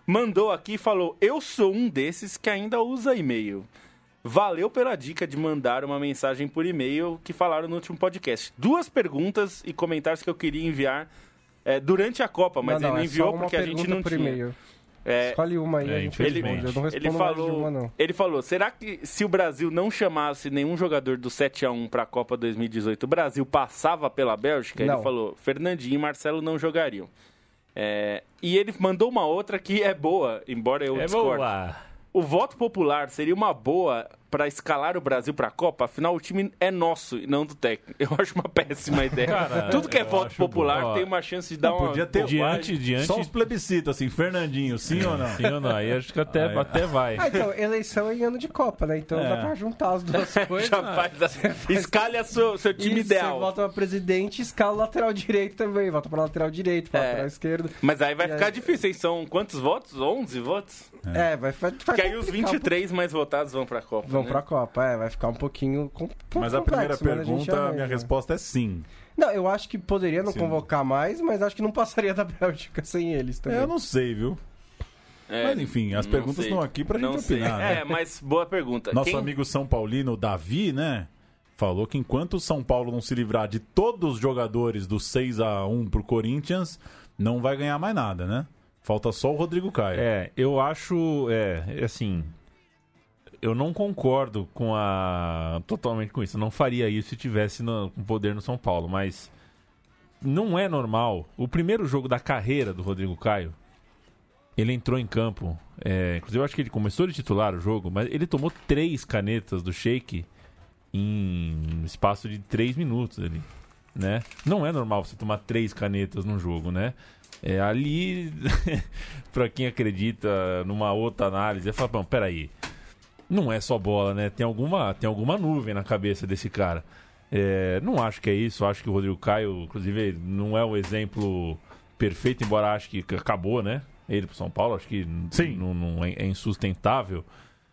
mandou aqui e falou: eu sou um desses que ainda usa e-mail. Valeu pela dica de mandar uma mensagem por e-mail que falaram no último podcast. Duas perguntas e comentários que eu queria enviar é, durante a Copa, mas não, ele não é enviou porque a gente não por tinha. E-mail. É, Escolhe uma aí, é, a gente ele- responde. Eu não respondo ele mais de falou, uma, não. ele falou, será que se o Brasil não chamasse nenhum jogador do sete a um para a Copa dois mil e dezoito, o Brasil passava pela Bélgica? Não. Ele falou, Fernandinho e Marcelo não jogariam. É, e ele mandou uma outra que é boa, embora eu É discorde. boa. O voto popular seria uma boa para escalar o Brasil para a Copa? Afinal, o time é nosso e não do técnico. Eu acho uma péssima ideia. Cara, Tudo que é eu voto acho popular bom. tem uma chance de dar Não, uma... podia ter- Diante, diante... Só os plebiscitos, assim, Fernandinho, sim ou não? Sim ou não? Aí acho que até, Aí- até vai. Ah, então, eleição é em ano de Copa, né? Então É. dá pra juntar as duas coisas. Já faz a... Escalhe a sua, seu time E ideal. Você volta pra presidente, escala o lateral direito também. Volta pra lateral direito, pra É. lateral esquerdo. Mas aí vai E ficar aí- difícil, hein? São quantos votos? onze votos? É, vai, vai, vai Porque aí os complicar vinte e três mais votados vão pra Copa, Vão né? pra Copa, é, vai ficar um pouquinho com, Mas a primeira complexo, mas a gente pergunta, já a vê, minha né? resposta é sim. Não, eu acho que poderia não Sim. convocar mais, mas acho que não passaria da Bélgica sem eles também. É, eu não sei, viu? É, Mas enfim, as não perguntas sei. estão aqui pra Não gente sei. opinar, né? É, mas boa pergunta. Nosso Quem- amigo São Paulino, Davi, né? Falou que enquanto o São Paulo não se livrar de todos os jogadores do seis a um pro Corinthians, não vai ganhar mais nada, né? Falta só o Rodrigo Caio. É, eu acho, é, é assim, eu não concordo com a totalmente com isso. Eu não faria isso se tivesse no, com poder no São Paulo, mas não é normal. O primeiro jogo da carreira do Rodrigo Caio, ele entrou em campo. É, inclusive, eu acho que ele começou de titular o jogo, mas ele tomou três canetas do Sheik em espaço de três minutos ali, né? Não é normal você tomar três canetas num jogo, né? É, ali, pra quem acredita numa outra análise, é falar, bom, peraí, não é só bola, né? Tem alguma, tem alguma nuvem na cabeça desse cara. É, não acho que é isso, acho que o Rodrigo Caio, inclusive, não é o exemplo perfeito, embora acho que acabou, né? Ele pro São Paulo, acho que Sim. não, não é, é insustentável.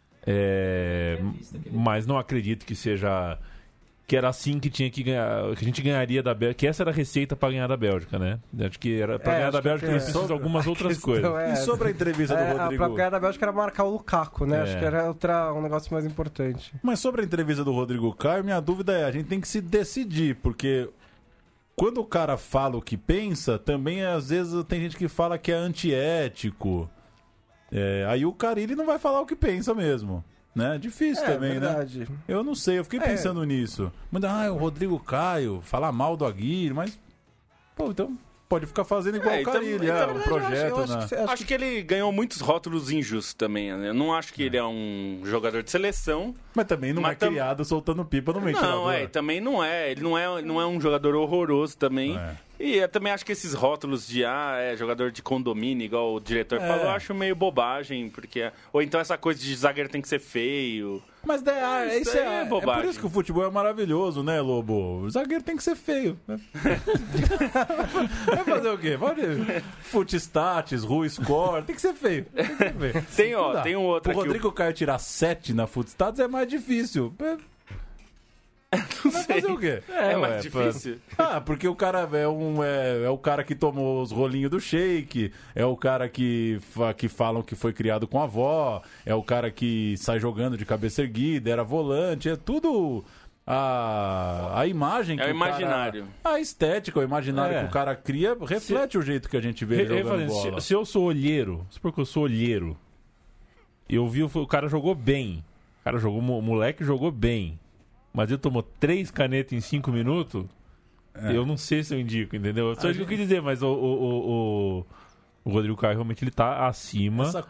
É, mas não acredito que seja que era assim que tinha que ganhar, que a gente ganharia da Bélgica, que essa era a receita para ganhar da Bélgica, né? Acho que era para É, ganhar da acho que Bélgica é. precisa de algumas outras questão coisas. é- E sobre a entrevista do É, a Rodrigo... pra ganhar da Bélgica era marcar o Lukaku, né? É. Acho que era outra, um negócio mais importante. Mas sobre a entrevista do Rodrigo Caio, minha dúvida é, a gente tem que se decidir, porque quando o cara fala o que pensa, também às vezes tem gente que fala que é antiético. É, aí o Carille não vai falar o que pensa mesmo. Né? Difícil É, também, né? verdade. Eu não sei, eu fiquei É. pensando nisso. Mas, ah, o Rodrigo Caio, falar mal do Aguirre, mas. Pô, então pode ficar fazendo igual É, o então- Carille, então, ah, na um verdade, eu acho- projeto, eu acho né? que- acho Acho que ele ganhou muitos rótulos injustos também. Né? Eu não acho que ele é um jogador de seleção. Mas também não Mas é tam- criado soltando pipa no ventilador. Não, é, também não é. Ele não é, não é um jogador horroroso também. É. E eu também acho que esses rótulos de, ah, é jogador de condomínio, igual o diretor É. falou, eu acho meio bobagem, porque... Ou então essa coisa de zagueiro tem que ser feio. Mas é, ah, Isso isso aí é, é é bobagem. por isso que o futebol é maravilhoso, né, Lobo? O zagueiro tem que ser feio. Né? Vai fazer o quê? Pode... Footstats, Rui Score, tem que ser feio. Tem, que ser feio. Tem, Não ó, dá. tem um outro O aqui. Rodrigo Caio tirar sete na Footstats é mais difícil. Não Vai sei. fazer o quê? É, É, mais ué, difícil. Ah, porque o cara é, um, é, é o cara que tomou os rolinhos do shake, é o cara que, fa- que falam que foi criado com a avó, é o cara que sai jogando de cabeça erguida, era volante, é tudo a, a imagem que É o cara- imaginário. a estética, o imaginário É. que o cara cria reflete o jeito que a gente vê ele Re- jogando refazendo, bola. se, se eu sou olheiro, se porque eu sou olheiro, eu vi o, o cara jogou bem. O cara jogou, o moleque jogou bem. Mas ele tomou três canetas em cinco minutos. Eu não sei se eu indico, entendeu? Só isso que eu quis dizer, mas o, o, o, o, o Rodrigo Caio realmente ele tá acima Essa-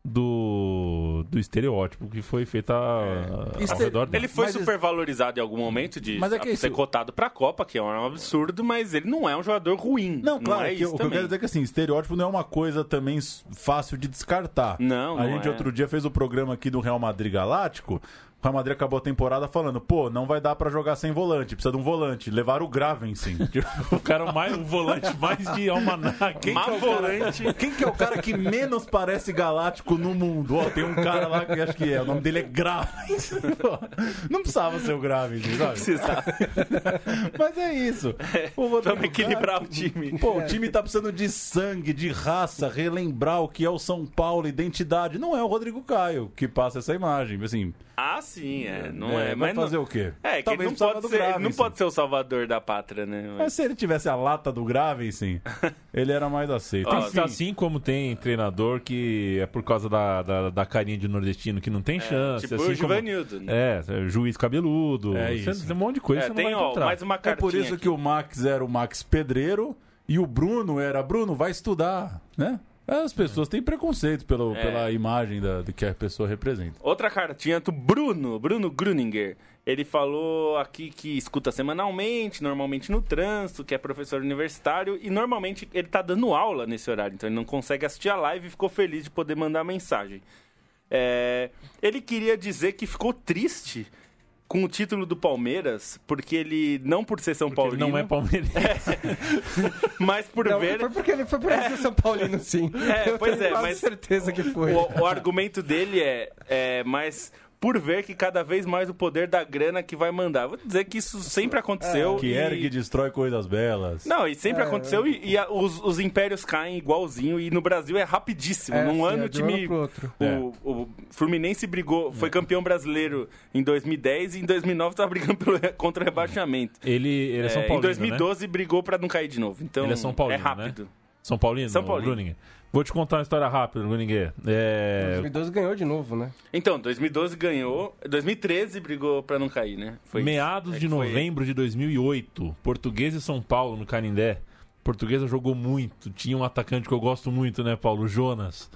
do, do estereótipo que foi feito a, ao Este- redor dele. Ele foi Mas esse- super valorizado em algum momento de Mas é que ser isso- cotado pra Copa, que é um absurdo, mas ele não é um jogador ruim. Não, claro, é que eu- isso o que eu também. quero dizer é que assim, estereótipo não é uma coisa também s- fácil de descartar. Não, A não gente é. outro dia fez o programa aqui do Real Madrid Galáctico. Real Madrid acabou a temporada falando, pô, não vai dar pra jogar sem volante, precisa de um volante. Levaram o Gravensen. O cara mais um volante mais de almanac. Quem que, é o volante? Cara, quem que é o cara que menos parece galáctico no mundo? Ó, tem um cara lá que acho que é, o nome dele é Gravensen. Não precisava ser o Gravensen, sabe? Não precisava. Mas é isso. É, vamos equilibrar o time. Pô, o time tá precisando de sangue, de raça, relembrar o que é o São Paulo, identidade. Não é o Rodrigo Caio que passa essa imagem, assim... Ah, sim, é. Não é, é mas vai fazer não... o quê? É, que ele não pode, ser, ele não pode ser o salvador da pátria, né? Mas, mas se ele tivesse a lata do Gravensen, ele era mais aceito. Ó, assim, assim como tem treinador que é por causa da, da, da carinha de nordestino que não tem é, chance. Tipo assim o Givanildo. Como, é, juiz cabeludo. É isso. Você, tem um monte de coisa é, que você tem, não vai ó, encontrar. mais uma É cartinha por isso aqui. que o Max era o Max Pedreiro e o Bruno era Bruno, vai estudar, né? As pessoas têm preconceito pelo, É. pela imagem da, do que a pessoa representa. Outra cartinha do Bruno, Bruno Gruninger. Ele falou aqui que escuta semanalmente, normalmente no trânsito, que é professor universitário e normalmente ele tá dando aula nesse horário, então ele não consegue assistir a live e ficou feliz de poder mandar mensagem. É, ele queria dizer que ficou triste com o título do Palmeiras, porque ele, não por ser São Porque Paulino... ele não é palmeirense. Mas por Não, ver... foi porque ele foi por ele ser São Paulino, sim. É, Eu pois tenho é, quase mas certeza que foi. O, o argumento dele é, é mais por ver que cada vez mais o poder da grana que vai mandar. Vou dizer que isso sempre aconteceu. Que e... ergue e destrói coisas belas. Não, e sempre É, aconteceu e, e a- os, os impérios caem igualzinho e no Brasil é rapidíssimo. É, Num sim, ano é o de um time... ano pro outro. O, É. o Fluminense brigou, foi campeão brasileiro em dois mil e dez e em dois mil e nove estava brigando pelo, contra o rebaixamento. Ele, ele é São É, Paulino, em dois mil e doze né? brigou pra não cair de novo. Então Ele é São Paulino, é rápido. né? São Paulino? São Paulino. Gruninger. Vou te contar uma história rápida, Gruninger. É... dois mil e doze ganhou de novo, né? Então, dois mil e doze ganhou, dois mil e treze brigou pra não cair, né? Foi Meados é de que foi- novembro de dois mil e oito, Portuguesa e São Paulo no Canindé. Portuguesa jogou muito. Tinha um atacante que eu gosto muito, né, Paulo? Jonas.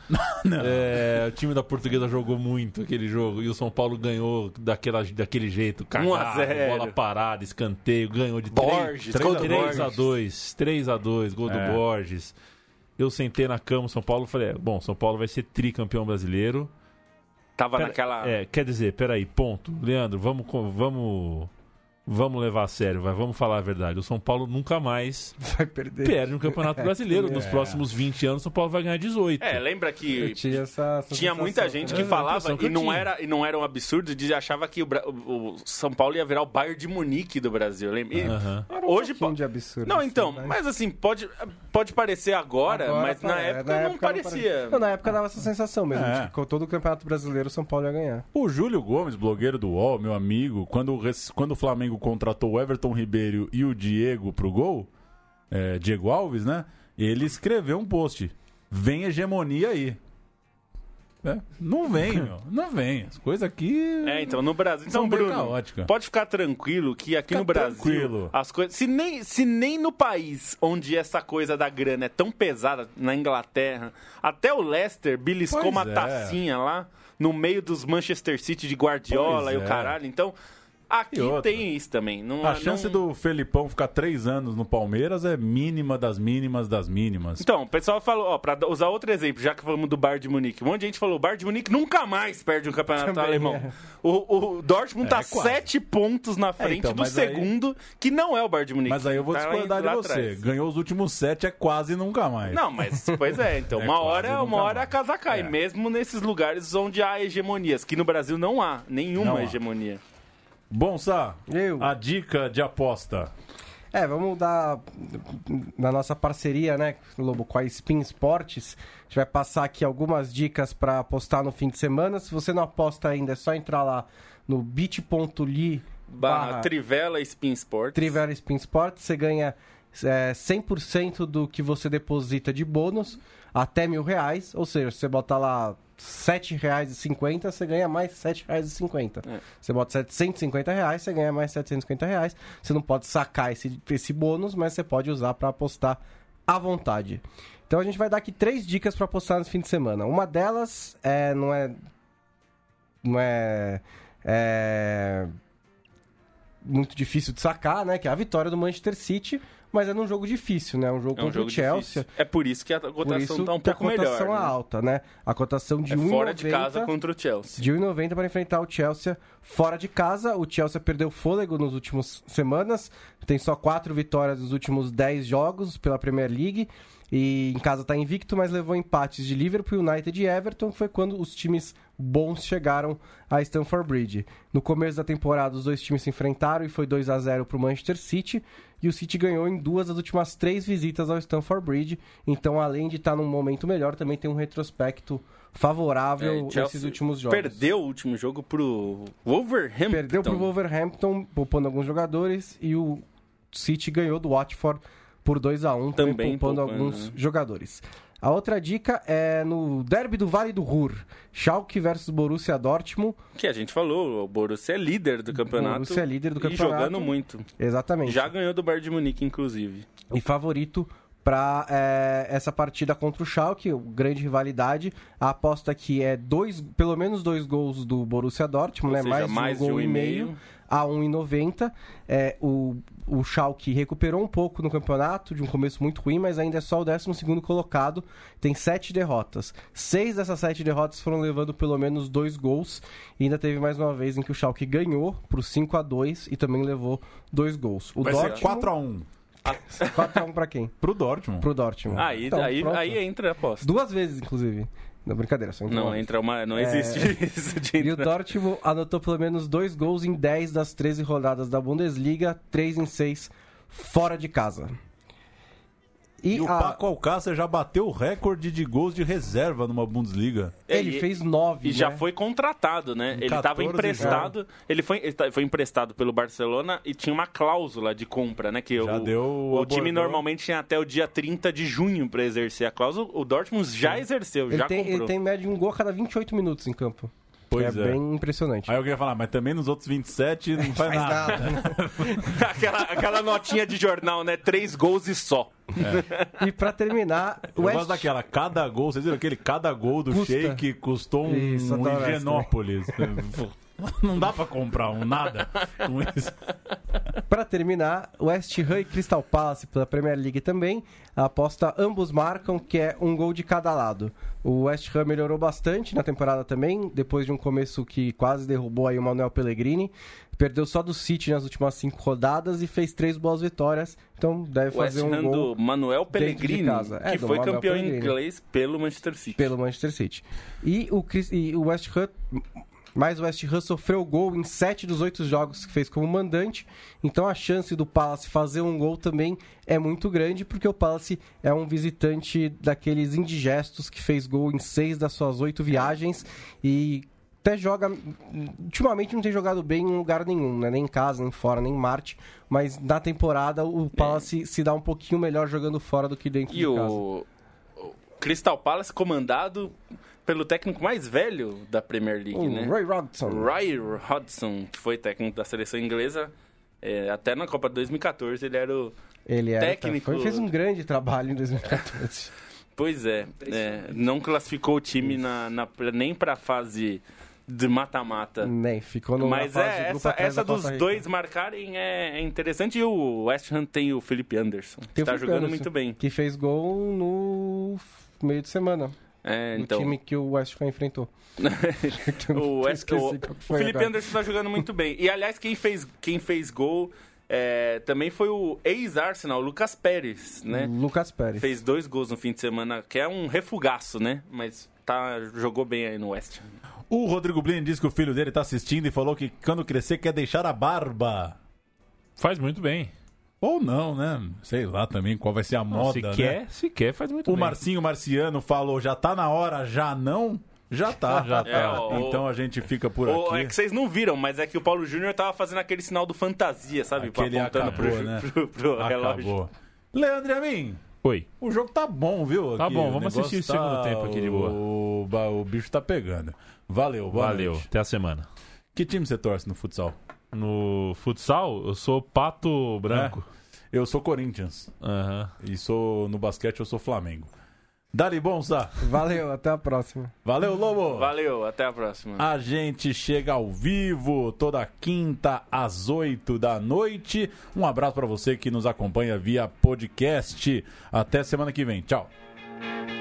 É, o time da Portuguesa jogou muito aquele jogo. E o São Paulo ganhou daquela, daquele jeito. um a Cagado, zero. bola parada, escanteio. Ganhou de Borges, gol do três a Borges. dois. três a dois, gol É. do Borges. Eu sentei na cama, São Paulo, falei, é, bom, São Paulo vai ser tricampeão brasileiro. Tava Pera- naquela... É, quer dizer, peraí, ponto. Leandro, vamos, co- vamos, vamos levar a sério, vai, vamos falar a verdade. O São Paulo nunca mais Vai perder. perde no Campeonato Brasileiro. Nos É. próximos vinte anos, o São Paulo vai ganhar dezoito. É, lembra Eu que tinha essa, essa tinha sensação. muita gente que É, a falava impressão que e eu não, tinha. era, e não era um absurdo, de achava que o, Bra- o- o São Paulo ia virar o Bayern de Munique do Brasil. Lembra? E Aham. Era um hoje pouquinho po- de absurdo. Não, assim, então, né? mas assim, pode, pode parecer agora, Agora, mas na é, época na não época parecia. Não, na época dava essa sensação mesmo. É. De que todo o Campeonato Brasileiro o São Paulo ia ganhar. O Júlio Gomes, blogueiro do U O L, meu amigo, quando, o res- quando o Flamengo contratou o Everton Ribeiro e o Diego pro gol, é, Diego Alves, né? Ele escreveu um post. Vem hegemonia aí. É, não vem, meu. Não vem. As coisas aqui. É, então, no Brasil. Então, São bem Bruno, caóticas. pode ficar tranquilo que aqui Fica no Brasil tranquilo. as coisas. Se nem, se nem no país onde essa coisa da grana é tão pesada, na Inglaterra, até o Leicester beliscou Pois uma é. tacinha lá no meio dos Manchester City de Guardiola Pois e o é. caralho. Então, aqui E outra? tem isso também. Não, A não- chance do Felipão ficar três anos no Palmeiras é mínima das mínimas das mínimas. Então, o pessoal falou, ó, pra usar outro exemplo, já que falamos do Bayern de Munique, um monte de gente falou, o Bayern de Munique nunca mais perde um campeonato Também, alemão. é. O, o Dortmund É, tá quase. sete pontos na frente então, do mas aí- segundo, que não é o Bayern de Munique. Mas aí eu vou Tá discordar de lá você. atrás. Ganhou os últimos sete, é quase nunca mais. Não, mas, pois é, então, É uma quase hora, nunca uma hora a mais. casa cai, É. mesmo nesses lugares onde há hegemonias, que no Brasil não há nenhuma Não há. hegemonia. Bom, Sá, Eu. a dica de aposta. É, vamos dar na nossa parceria, né, Lobo, com a Spin Sports. A gente vai passar aqui algumas dicas para apostar no fim de semana. Se você não aposta ainda, é só entrar lá no bit.ly Barra barra Trivela Spin Sports. Trivela Spin Sports. Você ganha é, cem por cento do que você deposita de bônus até mil reais. Ou seja, você bota lá sete reais e cinquenta centavos, você ganha mais sete reais e cinquenta centavos. É. Você bota setecentos e cinquenta reais, você ganha mais setecentos e cinquenta reais. Você não pode sacar esse, esse bônus, mas você pode usar para apostar à vontade. Então a gente vai dar aqui três dicas para apostar no fim de semana. Uma delas é, não é... Não é... é muito difícil de sacar, né? Que é a vitória do Manchester City. mas é num jogo difícil, né? Um jogo É um contra jogo o Chelsea. difícil. É por isso que a Por cotação isso tá um que a pouco melhor. cotação é né? alta, né? A cotação de É um e fora de noventa casa contra o Chelsea. de um e noventa para enfrentar o Chelsea fora de casa. O Chelsea perdeu fôlego nas últimas semanas, tem só quatro vitórias nos últimos dez jogos pela Premier League. E em casa está invicto, mas levou empates de Liverpool, United e Everton, foi quando os times bons chegaram a Stamford Bridge. No começo da temporada, os dois times se enfrentaram e foi dois a zero para o Manchester City, e o City ganhou em duas das últimas três visitas ao Stamford Bridge, então além de estar num momento melhor, também tem um retrospecto favorável É, Chelsea nesses últimos jogos. Perdeu o último jogo pro Wolverhampton. Perdeu para o Wolverhampton, poupando alguns jogadores, e o City ganhou do Watford por dois a um, também, Também poupando poupando, alguns né? jogadores. A outra dica é no derby do Vale do Ruhr, Schalke versus Borussia Dortmund. Que a gente falou, o Borussia é líder do campeonato. Borussia é líder do E campeonato. jogando muito. Exatamente. Já ganhou do Bayern de Munique, inclusive. E favorito para é, essa partida contra o Schalke, grande rivalidade. A aposta aqui é dois, pelo menos dois gols do Borussia Dortmund, Ou né? seja, mais, mais de um de gol um e e meio meio. a um e noventa. É, o, o Schalke recuperou um pouco no campeonato, de um começo muito ruim, mas ainda é só o décimo segundo colocado. Tem sete derrotas. Seis dessas sete derrotas foram levando pelo menos dois gols. E ainda teve mais uma vez em que o Schalke ganhou por cinco a dois e também levou dois gols. O Vai ser Dortmund, quatro a um quatro a um para quem? pro Dortmund. Pro Dortmund. Aí, Então, aí, pronto. aí entra a aposta. Duas vezes, inclusive. Não, brincadeira, só entrou Não, uma. entra uma. Não É. existe isso de E o entrar. Dortmund anotou pelo menos dois gols em dez das treze rodadas da Bundesliga, três em seis fora de casa. E, E o a- Paco Alcácer já bateu o recorde de gols de reserva numa Bundesliga. ele E- fez nove, E já né? foi contratado, né? Ele estava quatorze emprestado. Ele foi, ele tá- foi emprestado pelo Barcelona e tinha uma cláusula de compra, né? Que Já o, deu o a time Bordeaux. normalmente tinha até o dia trinta de junho para exercer a cláusula. O Dortmund já exerceu, Ele já tem, comprou. ele tem média de um gol a cada vinte e oito minutos em campo. Pois é, é. bem impressionante. Aí alguém ia falar, mas também nos outros vinte e sete não faz, nada. aquela, aquela notinha de jornal, né? Três gols e só. E pra terminar, o Eu West... gosto daquela, cada gol, vocês viram aquele, cada gol do Custa. Sheik custou um, Isso, um adoro essa Higienópolis. Não dá pra comprar um nada com isso. Pra terminar, West Ham e Crystal Palace pela Premier League também. A aposta ambos marcam, que é um gol de cada lado. O West Ham melhorou bastante na temporada também, depois de um começo que quase derrubou aí o Manuel Pellegrini. Perdeu só do City nas últimas cinco rodadas e fez três boas vitórias. Então deve O West fazer um Ham gol do Manuel dentro de Pellegrini, casa. É, que do foi Manuel campeão Pellegrini. inglês pelo Manchester City. pelo Manchester City. E o, Chris- e o West Ham... Mas o West Ham sofreu gol em sete dos oito jogos que fez como mandante. Então a chance do Palace fazer um gol também é muito grande, porque o Palace é um visitante daqueles indigestos que fez gol em seis das suas oito viagens. E até joga... Ultimamente não tem jogado bem em lugar nenhum, né? Nem em casa, nem fora, nem em Marte. Mas na temporada o Palace se dá um pouquinho melhor jogando fora do que dentro E de casa. o... o Crystal Palace comandado pelo técnico mais velho da Premier League, O né? Roy Hodgson. Roy Hodgson, que foi técnico da seleção inglesa. É, até na Copa de dois mil e catorze ele era o... Ele era, técnico- foi, fez um grande trabalho em dois mil e quatorze. Pois é, é, não classificou o time na, na- nem pra fase de mata-mata. Nem, ficou no Mas fase de é, grupo essa, atrás essa da dos Costa Rica. dois marcarem é, é interessante. E o West Ham tem o Felipe Anderson, que Tem o tá Felipe jogando Anderson, muito bem. Que fez gol no meio de semana. É, No então, time que o West Ham enfrentou. o, West, Esqueci o, qual o foi Felipe agora. Anderson tá jogando muito bem. E, aliás, quem fez, quem fez gol é, também foi o ex-Arsenal, o Lucas Pérez, né? Lucas Pérez. Fez dois gols no fim de semana, que é um refugaço, né? Mas tá, jogou bem aí no West Ham. O Rodrigo Blin disse que o filho dele tá assistindo e falou que quando crescer quer deixar a barba. Faz muito bem. Ou não, né? Sei lá também qual vai ser a moda, se né? quer, se quer, faz muito O bem. Marcinho Marciano falou, já tá na hora, já não? Já tá. Já tá. É, ó, Então a gente fica por Ou aqui. é que vocês não viram, mas é que o Paulo Júnior tava fazendo aquele sinal do fantasia, sabe? Aquele Apontando acabou, pro, né? pro, pro relógio. Acabou. Leandro Amin, Oi. o jogo tá bom, viu? Tá Aqui, bom, o vamos negócio assistir o segundo tempo aqui de boa. O, ba- o bicho tá pegando. Valeu, boa Valeu. noite. Até a semana. Que time você torce no futsal? No futsal, eu sou pato branco. Eu sou Corinthians. Aham. E sou no basquete eu sou Flamengo. Dali Bonsa. Valeu, até a próxima. Valeu, Lobo. Valeu, até a próxima. A gente chega ao vivo toda quinta às oito da noite. Um abraço para você que nos acompanha via podcast. Até semana que vem. Tchau.